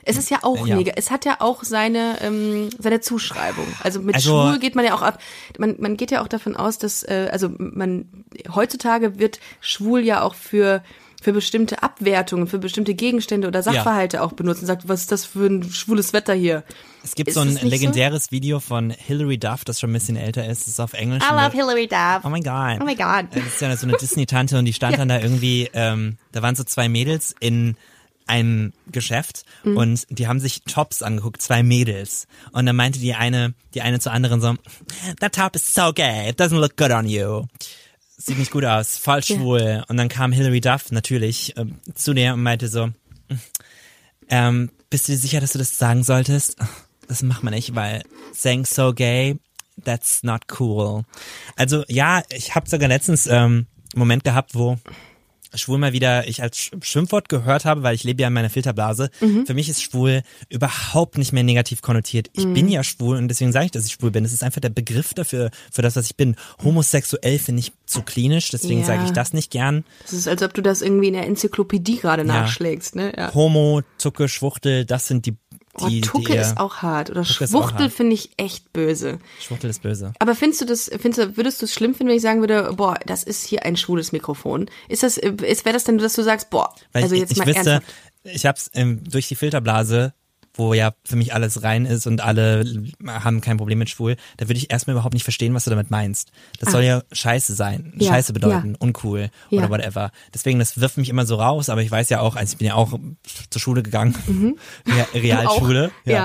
Es ist ja auch es hat ja auch seine Zuschreibung. Also schwul geht man ja auch ab. Man geht ja auch davon aus, dass heutzutage wird schwul ja auch für bestimmte Abwertungen, für bestimmte Gegenstände oder Sachverhalte auch benutzt und sagt, was ist das für ein schwules Wetter hier? Es gibt so ein legendäres Video von Hilary Duff, das schon ein bisschen älter ist. Das ist auf Englisch. I love Hilary Duff. Oh my God. Oh my God. Das ist ja so eine Disney-Tante und die stand dann da irgendwie, da waren so zwei Mädels in einem Geschäft und die haben sich Tops angeguckt, zwei Mädels. Und dann meinte die eine zur anderen so, that top is so gay, it doesn't look good on you. Sieht nicht gut aus, voll schwul. Und dann kam Hilary Duff natürlich zu dir und meinte so, bist du dir sicher, dass du das sagen solltest? Das macht man nicht, weil saying so gay, that's not cool. Also ja, ich habe sogar letztens einen Moment gehabt, wo schwul mal wieder ich als Schimpfwort gehört habe, weil ich lebe ja in meiner Filterblase. Für mich ist schwul überhaupt nicht mehr negativ konnotiert. Ich bin ja schwul und deswegen sage ich, dass ich schwul bin. Das ist einfach der Begriff dafür, für das, was ich bin. Homosexuell finde ich zu klinisch, deswegen sage ich das nicht gern. Das ist, als ob du das irgendwie in der Enzyklopädie gerade nachschlägst, ne? Ja. Homo, Tucke, Schwuchtel, das sind die Tucke ist auch hart. Oder Tucke Schwuchtel finde ich echt böse. Schwuchtel ist böse. Aber würdest du es schlimm finden, wenn ich sagen würde, boah, das ist hier ein schwules Mikrofon? Wäre das denn, dass du sagst, boah, weil also jetzt mal ernsthaft. Ich hab's durch die Filterblase, wo ja für mich alles rein ist und alle haben kein Problem mit schwul, da würde ich erstmal überhaupt nicht verstehen, was du damit meinst. Das soll ja Scheiße sein, Scheiße bedeuten, uncool oder whatever. Deswegen, das wirft mich immer so raus, aber ich weiß ja auch, also ich bin ja auch zur Schule gegangen, Realschule.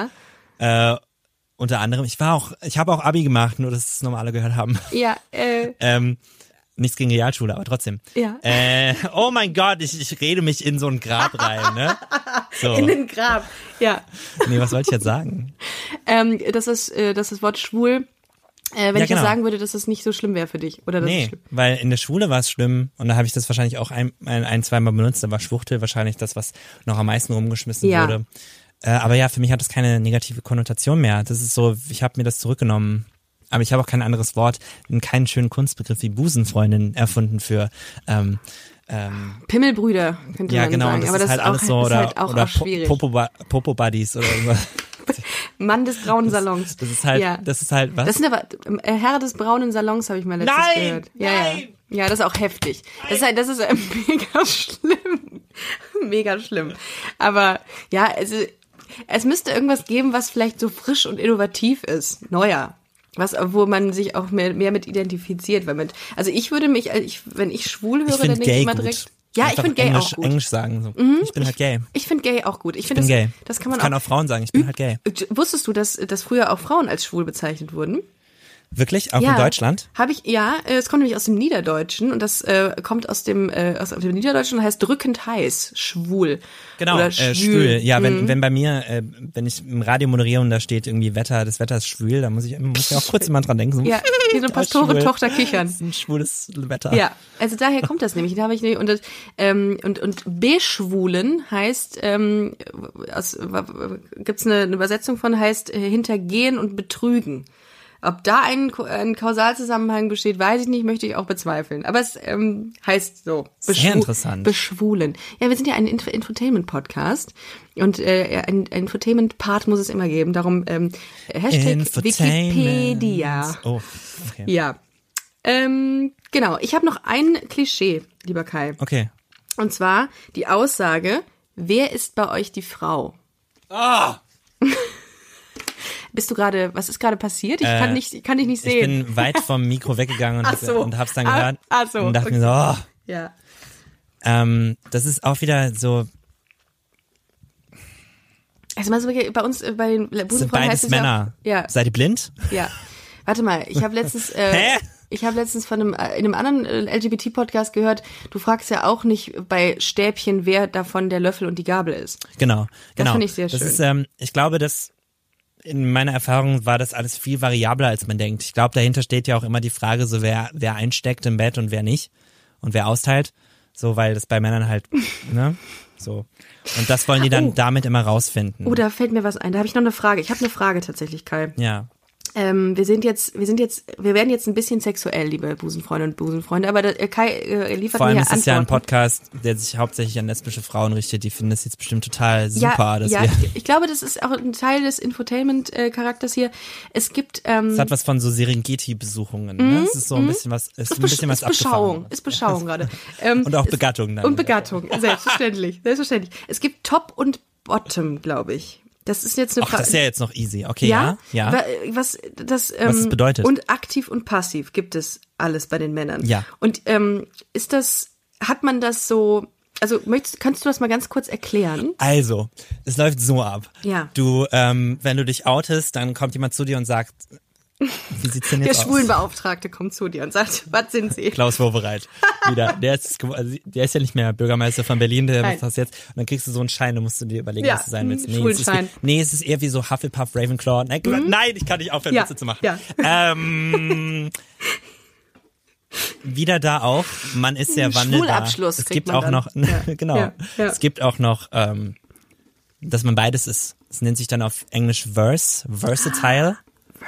Unter anderem, ich habe auch Abi gemacht, nur dass es normale gehört haben. Ja, nichts gegen Realschule, aber trotzdem. Ja. Oh mein Gott, ich rede mich in so ein Grab rein, ne? So. In den Grab, ja. Nee, was wollte ich jetzt sagen? Dass das Wort schwul, wenn ich das sagen würde, dass das nicht so schlimm wäre für dich. Oder das ist schlimm. Weil in der Schule war es schlimm und da habe ich das wahrscheinlich auch ein, zweimal benutzt, da war Schwuchtel wahrscheinlich das, was noch am meisten rumgeschmissen wurde. Aber ja, für mich hat das keine negative Konnotation mehr. Das ist so, ich habe mir das zurückgenommen. Aber ich habe auch kein anderes Wort, keinen schönen Kunstbegriff wie Busenfreundin erfunden für Pimmelbrüder, könnte man sagen. Und das aber ist das halt alles so, oder schwierig. Popo-Buddies oder irgendwas. Mann des braunen Salons. Das ist halt, was? Das sind aber Herr des braunen Salons, habe ich mal letztens gehört. Nein! Ja, das ist auch heftig. Das ist mega schlimm. Mega schlimm. Aber ja, es müsste irgendwas geben, was vielleicht so frisch und innovativ ist. Neuer. Wo man sich auch mehr mit identifiziert. Also ich würde mich, wenn ich schwul höre, dann denke ich immer direkt. Ja, ich finde gay auch gut. Englisch sagen so. Ich bin halt gay. Ich finde gay auch gut. Ich bin gay. Das kann man auch Frauen sagen, ich bin halt gay. Wusstest du, dass früher auch Frauen als schwul bezeichnet wurden? Wirklich? Auch in Deutschland? Es kommt nämlich aus dem Niederdeutschen und das kommt aus dem Niederdeutschen und heißt drückend heiß, schwul. Genau, oder schwül. Ja, wenn bei mir, wenn ich im Radio moderiere und da steht irgendwie das Wetter ist schwül, dann muss ich auch kurz immer dran denken. So, ja, wie so eine Pastorentochter kichern. Das ist ein schwules Wetter. Ja, also daher kommt das nämlich. Da habe ich und beschwulen heißt, gibt's eine Übersetzung von, heißt hintergehen und betrügen. Ob da ein Kausalzusammenhang besteht, weiß ich nicht, möchte ich auch bezweifeln. Aber es heißt so. Sehr interessant. Beschwulen. Ja, wir sind ja ein Infotainment-Podcast und ein Infotainment-Part muss es immer geben. Darum Hashtag Wikipedia. Oh, okay. Ja. Genau, ich habe noch ein Klischee, lieber Kai. Okay. Und zwar die Aussage, wer ist bei euch die Frau? Ah! Was ist gerade passiert? Ich kann dich nicht sehen. Ich bin weit vom Mikro weggegangen und hab's dann gehört. Und dachte mir so, Ja. Das ist auch wieder so. Also mal so bei uns, bei den Busenfreunden sind beides heißt es Männer. Ja. Seid ihr blind? Ja. Warte mal, ich habe letztens, in einem anderen LGBT-Podcast gehört, du fragst ja auch nicht bei Stäbchen, wer davon der Löffel und die Gabel ist. Genau. Das finde ich sehr schön. Das ist, ich glaube, in meiner Erfahrung war das alles viel variabler, als man denkt. Ich glaube, dahinter steht ja auch immer die Frage, so wer einsteckt im Bett und wer nicht und wer austeilt. So, weil das bei Männern halt, ne, so. Und das wollen die dann damit immer rausfinden. Oh, da fällt mir was ein. Da habe ich noch eine Frage. Ich habe eine Frage tatsächlich, Kai. Ja. Wir werden jetzt ein bisschen sexuell, liebe Busenfreunde und Busenfreunde, aber Kai liefert Vor allem mir ist es ja ein Antworten. Podcast, der sich hauptsächlich an lesbische Frauen richtet. Die finden das jetzt bestimmt total super. Dass ja, wir ich glaube, das ist auch ein Teil des Infotainment-Charakters hier. Es gibt es hat was von so Serengeti-Besuchungen. Ne? Es ist so ein bisschen was, ist ein bisschen was abgefahren. Ist Beschauung gerade. Und auch Begattung dann. Und Begattung, selbstverständlich. Es gibt Top und Bottom, glaube ich. Das ist jetzt eine Ach, das ist ja jetzt noch easy. Okay, ja. Was das bedeutet. Und aktiv und passiv gibt es alles bei den Männern. Ja. Und hat man das so, also kannst du das mal ganz kurz erklären? Also, es läuft so ab. Ja. Du, wenn du dich outest, dann kommt jemand zu dir und sagt, wie sieht's denn Der jetzt aus? Schwulenbeauftragte kommt zu dir und sagt, was sind Sie? Klaus Wowereit. Wieder. Der ist ja nicht mehr Bürgermeister von Berlin, der macht das jetzt. Und dann kriegst du so einen Schein, da musst du dir überlegen, was du sein willst. Schwulenschein. Es ist eher wie so Hufflepuff, Ravenclaw. Nein, ich kann nicht aufhören, Witze zu machen. Ja. Wieder da auch, man ist sehr wandelbar. Schwulabschluss Es kriegt gibt man auch dann. noch, genau. Ja. Es gibt auch noch, dass man beides ist. Es nennt sich dann auf Englisch versatile.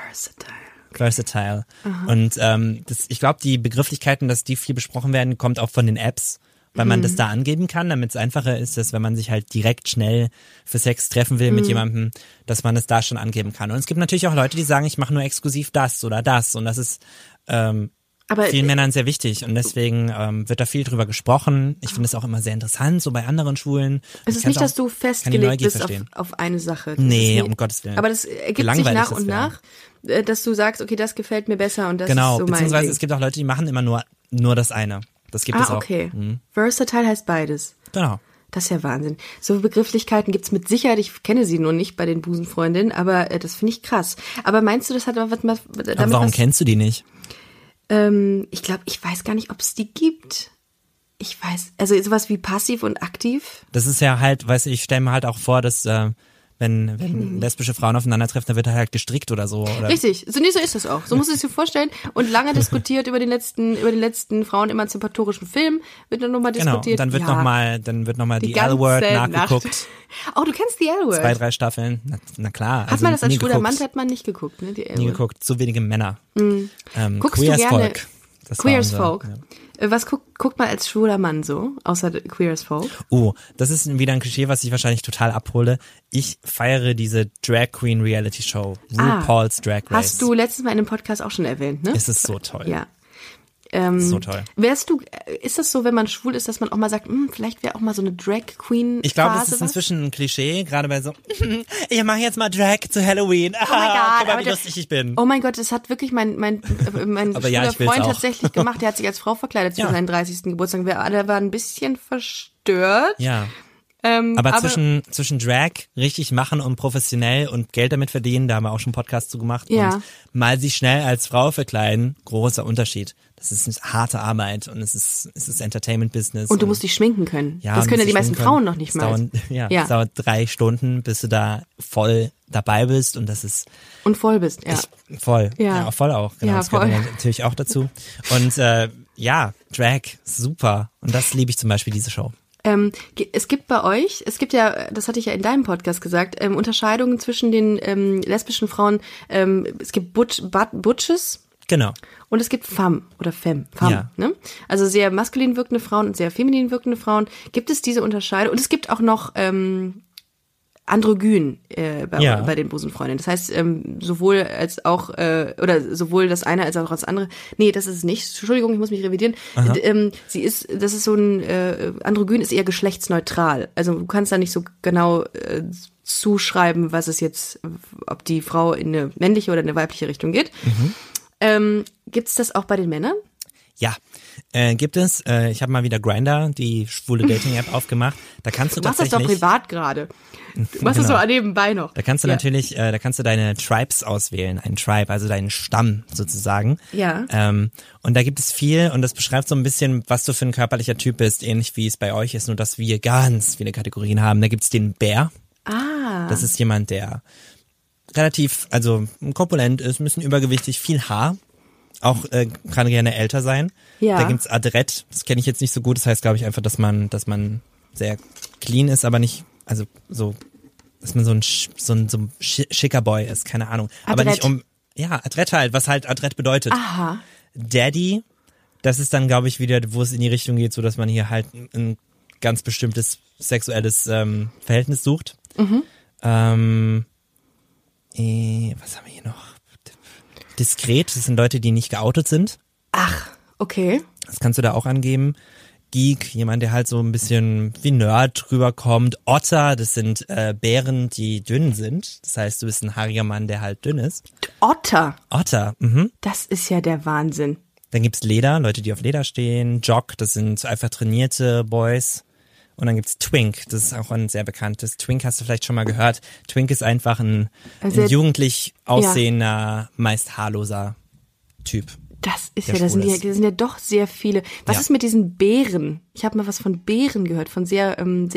Versatile. Und ich glaube, die Begrifflichkeiten, dass die viel besprochen werden, kommt auch von den Apps, weil man das da angeben kann, damit es einfacher ist, dass wenn man sich halt direkt schnell für Sex treffen will mit jemandem, dass man es da schon angeben kann. Und es gibt natürlich auch Leute, die sagen, ich mache nur exklusiv das oder das. Und das ist vielen Männern sehr wichtig und deswegen wird da viel drüber gesprochen. Ich finde es auch immer sehr interessant, so bei anderen Schwulen. Es ist nicht, dass du festgelegt bist auf eine Sache. Nee, um Gottes Willen. Aber das ergibt sich nach und nach, dass du sagst, okay, das gefällt mir besser und das ist so mein beziehungsweise Ding. es gibt auch Leute, die machen immer nur das eine. Das gibt es auch. Okay. Versatile heißt beides. Genau. Das ist ja Wahnsinn. So Begrifflichkeiten gibt's mit Sicherheit. Ich kenne sie nur nicht bei den Busenfreundinnen, aber das finde ich krass. Aber meinst du, das hat aber was damit Aber warum kennst du die nicht? Ich glaube, ich weiß gar nicht, ob es die gibt. Ich weiß, also sowas wie passiv und aktiv. Das ist ja halt, weißt du, ich stelle mir halt auch vor, dass wenn lesbische Frauen aufeinandertreffen, dann wird halt gestrickt oder so. Oder? Richtig, so ist das auch. So musst du es dir vorstellen. Und lange diskutiert über den letzten frauenemanzipatorischen Film, wird dann nochmal diskutiert. Genau, und dann wird nochmal die L-Word nachgeguckt. Oh, du kennst die L-Word? 2, 3 Staffeln, na klar. Hat man das als schwuler Mann, hat man nicht geguckt, ne? Die Nie geguckt, zu wenige Männer. Guckst Queer du as gerne Folk. Queer as Folk? Ja. Was guckt man als schwuler Mann so, außer Queer as Folk? Oh, das ist wieder ein Klischee, was ich wahrscheinlich total abhole. Ich feiere diese Drag Queen Reality Show, RuPaul's Drag Race. Hast du letztes Mal in einem Podcast auch schon erwähnt, ne? Es ist so toll. Ja. So toll. Ist das so, wenn man schwul ist, dass man auch mal sagt, vielleicht wäre auch mal so eine Drag Queen Phase? Ich glaube, das ist inzwischen ein Klischee, gerade bei so, ich mache jetzt mal Drag zu Halloween. Oh mein Gott, guck mal, wie lustig ich bin. Oh mein Gott, das hat wirklich mein schwuler Freund tatsächlich gemacht. Der hat sich als Frau verkleidet für seinen 30. Geburtstag. Wir alle waren ein bisschen verstört. Ja. Aber zwischen Drag richtig machen und professionell und Geld damit verdienen, da haben wir auch schon Podcasts zu gemacht, und mal sich schnell als Frau verkleiden, großer Unterschied. Das ist eine harte Arbeit und es ist Entertainment-Business. Und du musst dich schminken können. Ja, das können ja die meisten Frauen noch nicht mal. Es dauert 3 Stunden, bis du da voll dabei bist und das ist... Und voll bist, ja. Voll, ja, voll auch. Genau, ja, das gehört natürlich auch dazu. Und Drag, super. Und das liebe ich zum Beispiel, diese Show. Es gibt bei euch, das hatte ich ja in deinem Podcast gesagt, Unterscheidungen zwischen den lesbischen Frauen. Es gibt Butches. Genau. Und es gibt Femme oder Femme. Ne? Also sehr maskulin wirkende Frauen und sehr feminin wirkende Frauen. Gibt es diese Unterscheidung? Und es gibt auch noch Androgyn bei den Busenfreundinnen. Das heißt, sowohl als auch, oder sowohl das eine als auch das andere. Nee, das ist es nicht. Entschuldigung, ich muss mich revidieren. Das ist so ein, Androgyn ist eher geschlechtsneutral. Also du kannst da nicht so genau zuschreiben, was es jetzt, ob die Frau in eine männliche oder in eine weibliche Richtung geht. Gibt es das auch bei den Männern? Ja, gibt es. Ich habe mal wieder Grindr, die schwule Dating-App, aufgemacht. Da kannst du tatsächlich... Du machst das doch privat gerade. Du machst das so nebenbei noch. Da kannst du natürlich, da kannst du deine Tribes auswählen, ein Tribe, also deinen Stamm sozusagen. Ja. Und da gibt es viel und das beschreibt so ein bisschen, was du für ein körperlicher Typ bist, ähnlich wie es bei euch ist, nur dass wir ganz viele Kategorien haben. Da gibt's den Bär. Das ist jemand, der relativ, also korpulent ist, ein bisschen übergewichtig, viel Haar. Auch kann gerne älter sein. Ja. Da gibt's Adrett, das kenne ich jetzt nicht so gut. Das heißt, glaube ich, einfach, dass man sehr clean ist, aber nicht, also so, dass man so ein schicker Boy ist, keine Ahnung. Adrett. Aber nicht Ja, adrett halt, was halt adrett bedeutet. Aha. Daddy, das ist dann, glaube ich, wieder, wo es in die Richtung geht, so dass man hier halt ein ganz bestimmtes sexuelles Verhältnis sucht. Was haben wir hier noch? Diskret, das sind Leute, die nicht geoutet sind. Ach, okay. Das kannst du da auch angeben. Geek, jemand, der halt so ein bisschen wie Nerd rüberkommt. Otter, das sind Bären, die dünn sind. Das heißt, du bist ein haariger Mann, der halt dünn ist. Otter. Otter, Das ist ja der Wahnsinn. Dann gibt's Leder, Leute, die auf Leder stehen. Jock, das sind einfach trainierte Boys. Und dann gibt's Twink, das ist auch ein sehr bekanntes. Twink hast du vielleicht schon mal gehört. Twink ist einfach ein jugendlich aussehender, meist haarloser Typ. Das ist das sind ja doch sehr viele. Was ist mit diesen Bären? Ich habe mal was von Bären gehört, von sehr.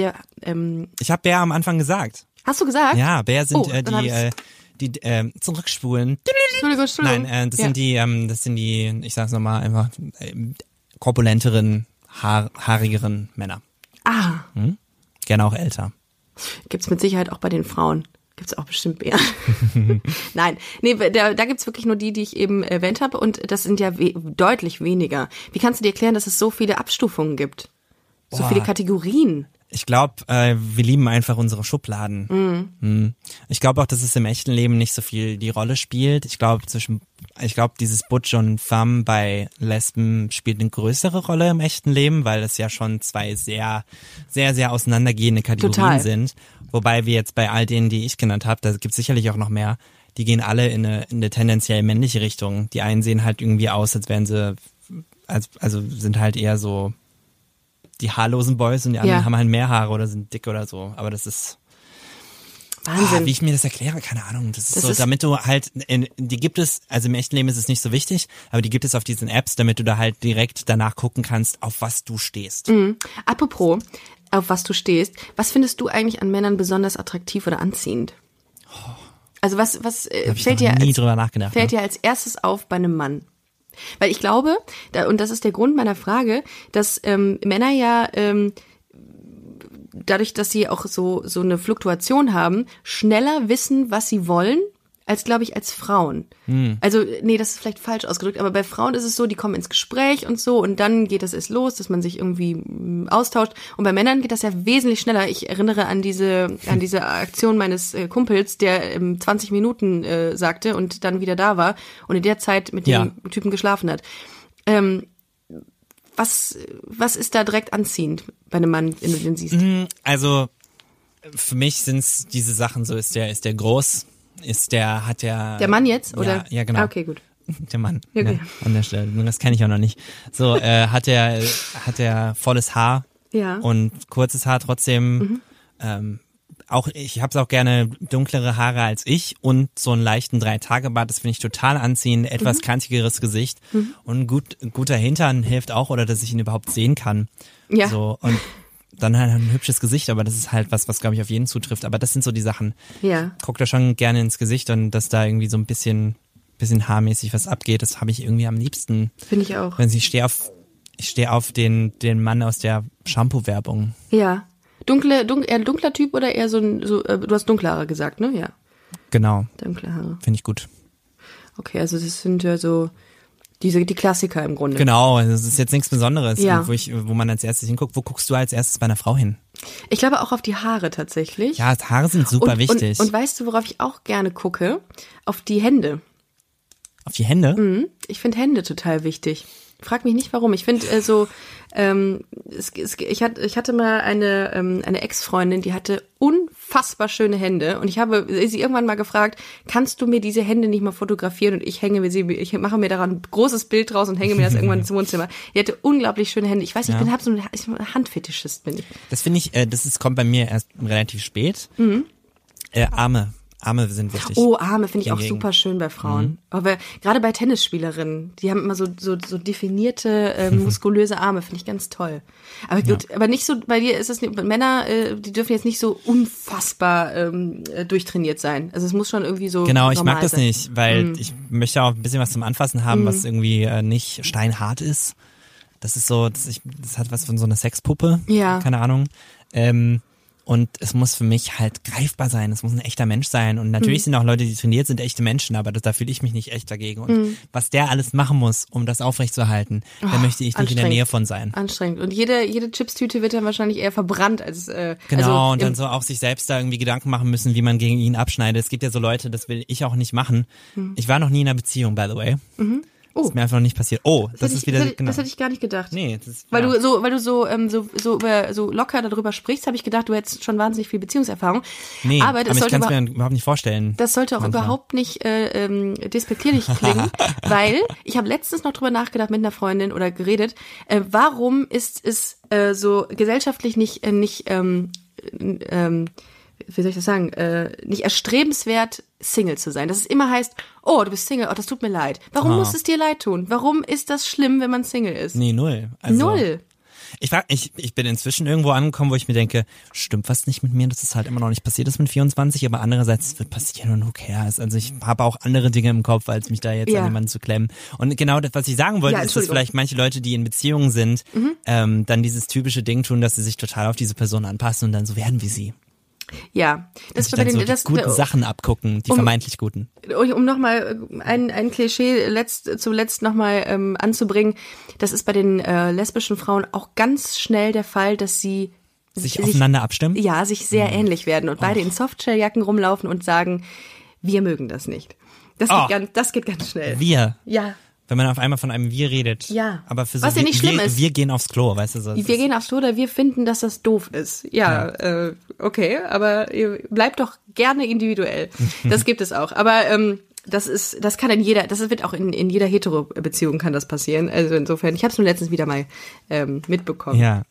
Ich habe Bär am Anfang gesagt. Hast du gesagt? Ja, Bär sind die zurückspulen. Entschuldigung. Nein, das sind die, ich sag's nochmal einfach, korpulenteren, haarigeren Männer. Ah. Gerne auch älter. Gibt's mit Sicherheit auch bei den Frauen. Gibt's auch bestimmt Bären. Nein, da gibt's wirklich nur die ich eben erwähnt habe und das sind ja deutlich weniger. Wie kannst du dir erklären, dass es so viele Abstufungen gibt? So viele Kategorien? Ich glaube, wir lieben einfach unsere Schubladen. Ich glaube auch, dass es im echten Leben nicht so viel die Rolle spielt. Ich glaube, dieses Butch und Femme bei Lesben spielt eine größere Rolle im echten Leben, weil es ja schon zwei sehr, sehr, sehr auseinandergehende Kategorien sind. Wobei wir jetzt bei all denen, die ich genannt habe, da gibt es sicherlich auch noch mehr, die gehen alle in eine tendenziell männliche Richtung. Die einen sehen halt irgendwie aus, als wären sie, also sind halt eher so die haarlosen Boys und die anderen haben halt mehr Haare oder sind dick oder so. Aber das ist Wahnsinn. Wie ich mir das erkläre, keine Ahnung. Das ist so, damit du halt, die gibt es, also im echten Leben ist es nicht so wichtig, aber die gibt es auf diesen Apps, damit du da halt direkt danach gucken kannst, auf was du stehst. Apropos, auf was du stehst, was findest du eigentlich an Männern besonders attraktiv oder anziehend? Also was fällt dir als erstes auf bei einem Mann? Weil ich glaube, und das ist der Grund meiner Frage, dass Männer ja dadurch, dass sie auch so eine Fluktuation haben, schneller wissen, was sie wollen, als, glaube ich, als Frauen. Also, nee, das ist vielleicht falsch ausgedrückt, aber bei Frauen ist es so, die kommen ins Gespräch und so und dann geht das erst los, dass man sich irgendwie austauscht. Und bei Männern geht das ja wesentlich schneller. Ich erinnere an diese Aktion meines Kumpels, der 20 Minuten sagte und dann wieder da war und in der Zeit mit dem Typen geschlafen hat. Was ist da direkt anziehend bei einem Mann, wenn du den siehst? Also, für mich sind's diese Sachen so, ist der groß, hat der... Der Mann jetzt, oder? Ja, genau. Ah, okay, gut. Der Mann, okay. An der Stelle. Das kenne ich auch noch nicht. So, hat er volles Haar und kurzes Haar trotzdem. Ich habe es auch gerne dunklere Haare als ich und so einen leichten 3-Tage-Bart, das finde ich total anziehend, etwas kantigeres Gesicht und ein guter Hintern hilft auch, oder dass ich ihn überhaupt sehen kann. Ja. So, und dann halt ein hübsches Gesicht, aber das ist halt was glaube ich auf jeden zutrifft. Aber das sind so die Sachen. Ja. Guck da schon gerne ins Gesicht und dass da irgendwie so ein bisschen haarmäßig was abgeht, das habe ich irgendwie am liebsten. Finde ich auch. Ich stehe auf den Mann aus der Shampoo-Werbung. Ja. Eher ein dunkler Typ oder eher du hast dunkle Haare gesagt, ne? Ja. Genau. Dunkle Haare. Finde ich gut. Okay, also das sind ja so die Klassiker im Grunde. Genau, das ist jetzt nichts Besonderes, wo man als erstes hinguckt. Wo guckst du als erstes bei einer Frau hin? Ich glaube auch auf die Haare tatsächlich. Ja, Haare sind super wichtig. Und weißt du, worauf ich auch gerne gucke? Auf die Hände. Auf die Hände? Ich finde Hände total wichtig. Frag mich nicht, warum. Ich finde ich hatte mal eine Ex-Freundin, die hatte unfassbar schöne Hände und ich habe sie irgendwann mal gefragt, kannst du mir diese Hände nicht mal fotografieren, und ich mache mir daran ein großes Bild draus und hänge mir das irgendwann ins Wohnzimmer. Die hatte unglaublich schöne Hände. Ich weiß nicht, ich bin ein Handfetischist, bin ich. Das finde ich, kommt bei mir erst relativ spät. Arme sind wichtig. Oh, Arme finde ich auch super schön bei Frauen. Aber gerade bei Tennisspielerinnen, die haben immer so definierte, muskulöse Arme, finde ich ganz toll. Aber gut, aber nicht so, bei dir ist es nicht, Männer, die dürfen jetzt nicht so unfassbar durchtrainiert sein. Also es muss schon irgendwie so genau, ich mag das sein. Nicht, weil ich möchte auch ein bisschen was zum Anfassen haben, was irgendwie nicht steinhart ist. Das ist so, das hat was von so einer Sexpuppe. Ja. Keine Ahnung. und es muss für mich halt greifbar sein, es muss ein echter Mensch sein und natürlich sind auch Leute, die trainiert sind, echte Menschen, aber da fühle ich mich nicht echt dagegen und was der alles machen muss, um das aufrechtzuerhalten, da möchte ich nicht in der Nähe von sein. Anstrengend und jede Chipstüte wird dann wahrscheinlich eher verbrannt als genau, also und dann so auch sich selbst da irgendwie Gedanken machen müssen, wie man gegen ihn abschneidet. Es gibt ja so Leute, das will ich auch nicht machen. Ich war noch nie in einer Beziehung, by the way. Das ist mir einfach noch nicht passiert. Oh, das ist wieder das hätte ich gar nicht gedacht. Nee, das ist, weil du so locker darüber sprichst, habe ich gedacht, du hättest schon wahnsinnig viel Beziehungserfahrung. Nee, aber ich kann es mir überhaupt nicht vorstellen. Das sollte auch überhaupt nicht despektierlich klingen, weil ich habe letztens noch drüber nachgedacht mit einer Freundin oder geredet, warum ist es so gesellschaftlich nicht wie soll ich das sagen, nicht erstrebenswert, Single zu sein. Dass es immer heißt, oh, du bist Single, oh, das tut mir leid. Warum muss es dir leid tun? Warum ist das schlimm, wenn man Single ist? Nee, null. Also, null. Ich bin inzwischen irgendwo angekommen, wo ich mir denke, stimmt was nicht mit mir, dass es halt immer noch nicht passiert ist mit 24, aber andererseits, es wird passieren und who cares. Also ich habe auch andere Dinge im Kopf, als mich da jetzt an jemanden zu klemmen. Und genau das, was ich sagen wollte, ist, dass vielleicht manche Leute, die in Beziehungen sind, dann dieses typische Ding tun, dass sie sich total auf diese Person anpassen und dann so werden wie sie. Ja, das bei den so guten Sachen abgucken, die vermeintlich guten. Um nochmal ein Klischee zuletzt nochmal anzubringen, das ist bei den lesbischen Frauen auch ganz schnell der Fall, dass sie sich aufeinander abstimmen? Ja, sich sehr ähnlich werden und beide in Softshelljacken rumlaufen und sagen, wir mögen das nicht. Das geht ganz schnell. Wir? Ja. Wenn man auf einmal von einem Wir redet. Ja. Aber für so was ja nicht schlimm ist. Wir gehen aufs Klo, weißt du so. Wir gehen aufs Klo oder wir finden, dass das doof ist. Ja. Okay, aber bleibt doch gerne individuell. Das gibt es auch. Aber das kann das wird auch in jeder Hetero-Beziehung kann das passieren. Also insofern, ich habe es nur letztens wieder mal mitbekommen. Ja.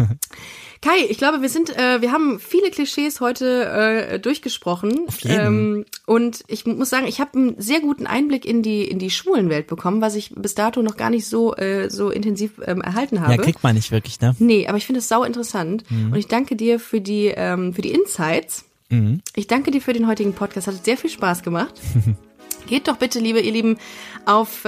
Kai, ich glaube, wir haben viele Klischees heute durchgesprochen. Auf jeden. Und ich muss sagen, ich habe einen sehr guten Einblick in die Schwulenwelt bekommen, was ich bis dato noch gar nicht so intensiv erhalten habe. Ja, kriegt man nicht wirklich, ne? Nee, aber ich finde es sau interessant. Und ich danke dir für die Insights. Ich danke dir für den heutigen Podcast. Hat sehr viel Spaß gemacht. Geht doch bitte, ihr Lieben, auf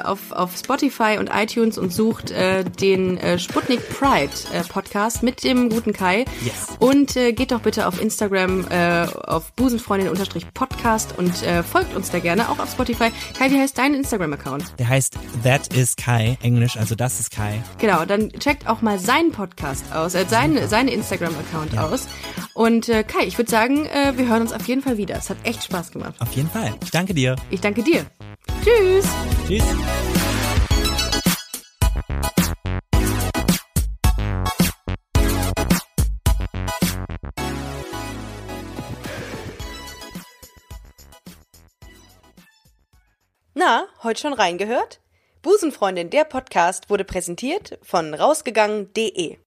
Spotify und iTunes und sucht den Sputnik Pride Podcast mit dem guten Kai. Yes. Und geht doch bitte auf Instagram auf busenfreundin_podcast und folgt uns da gerne, auch auf Spotify. Kai, wie heißt dein Instagram-Account? Der heißt That is Kai, Englisch, also das ist Kai. Genau, dann checkt auch mal seinen Podcast aus, seine Instagram-Account aus. Und Kai, ich würde sagen, wir hören uns auf jeden Fall wieder. Es hat echt Spaß gemacht. Auf jeden Fall. Ich danke dir. Ich danke dir. Tschüss. Tschüss. Na, heute schon reingehört? Busenfreundin, der Podcast wurde präsentiert von rausgegangen.de.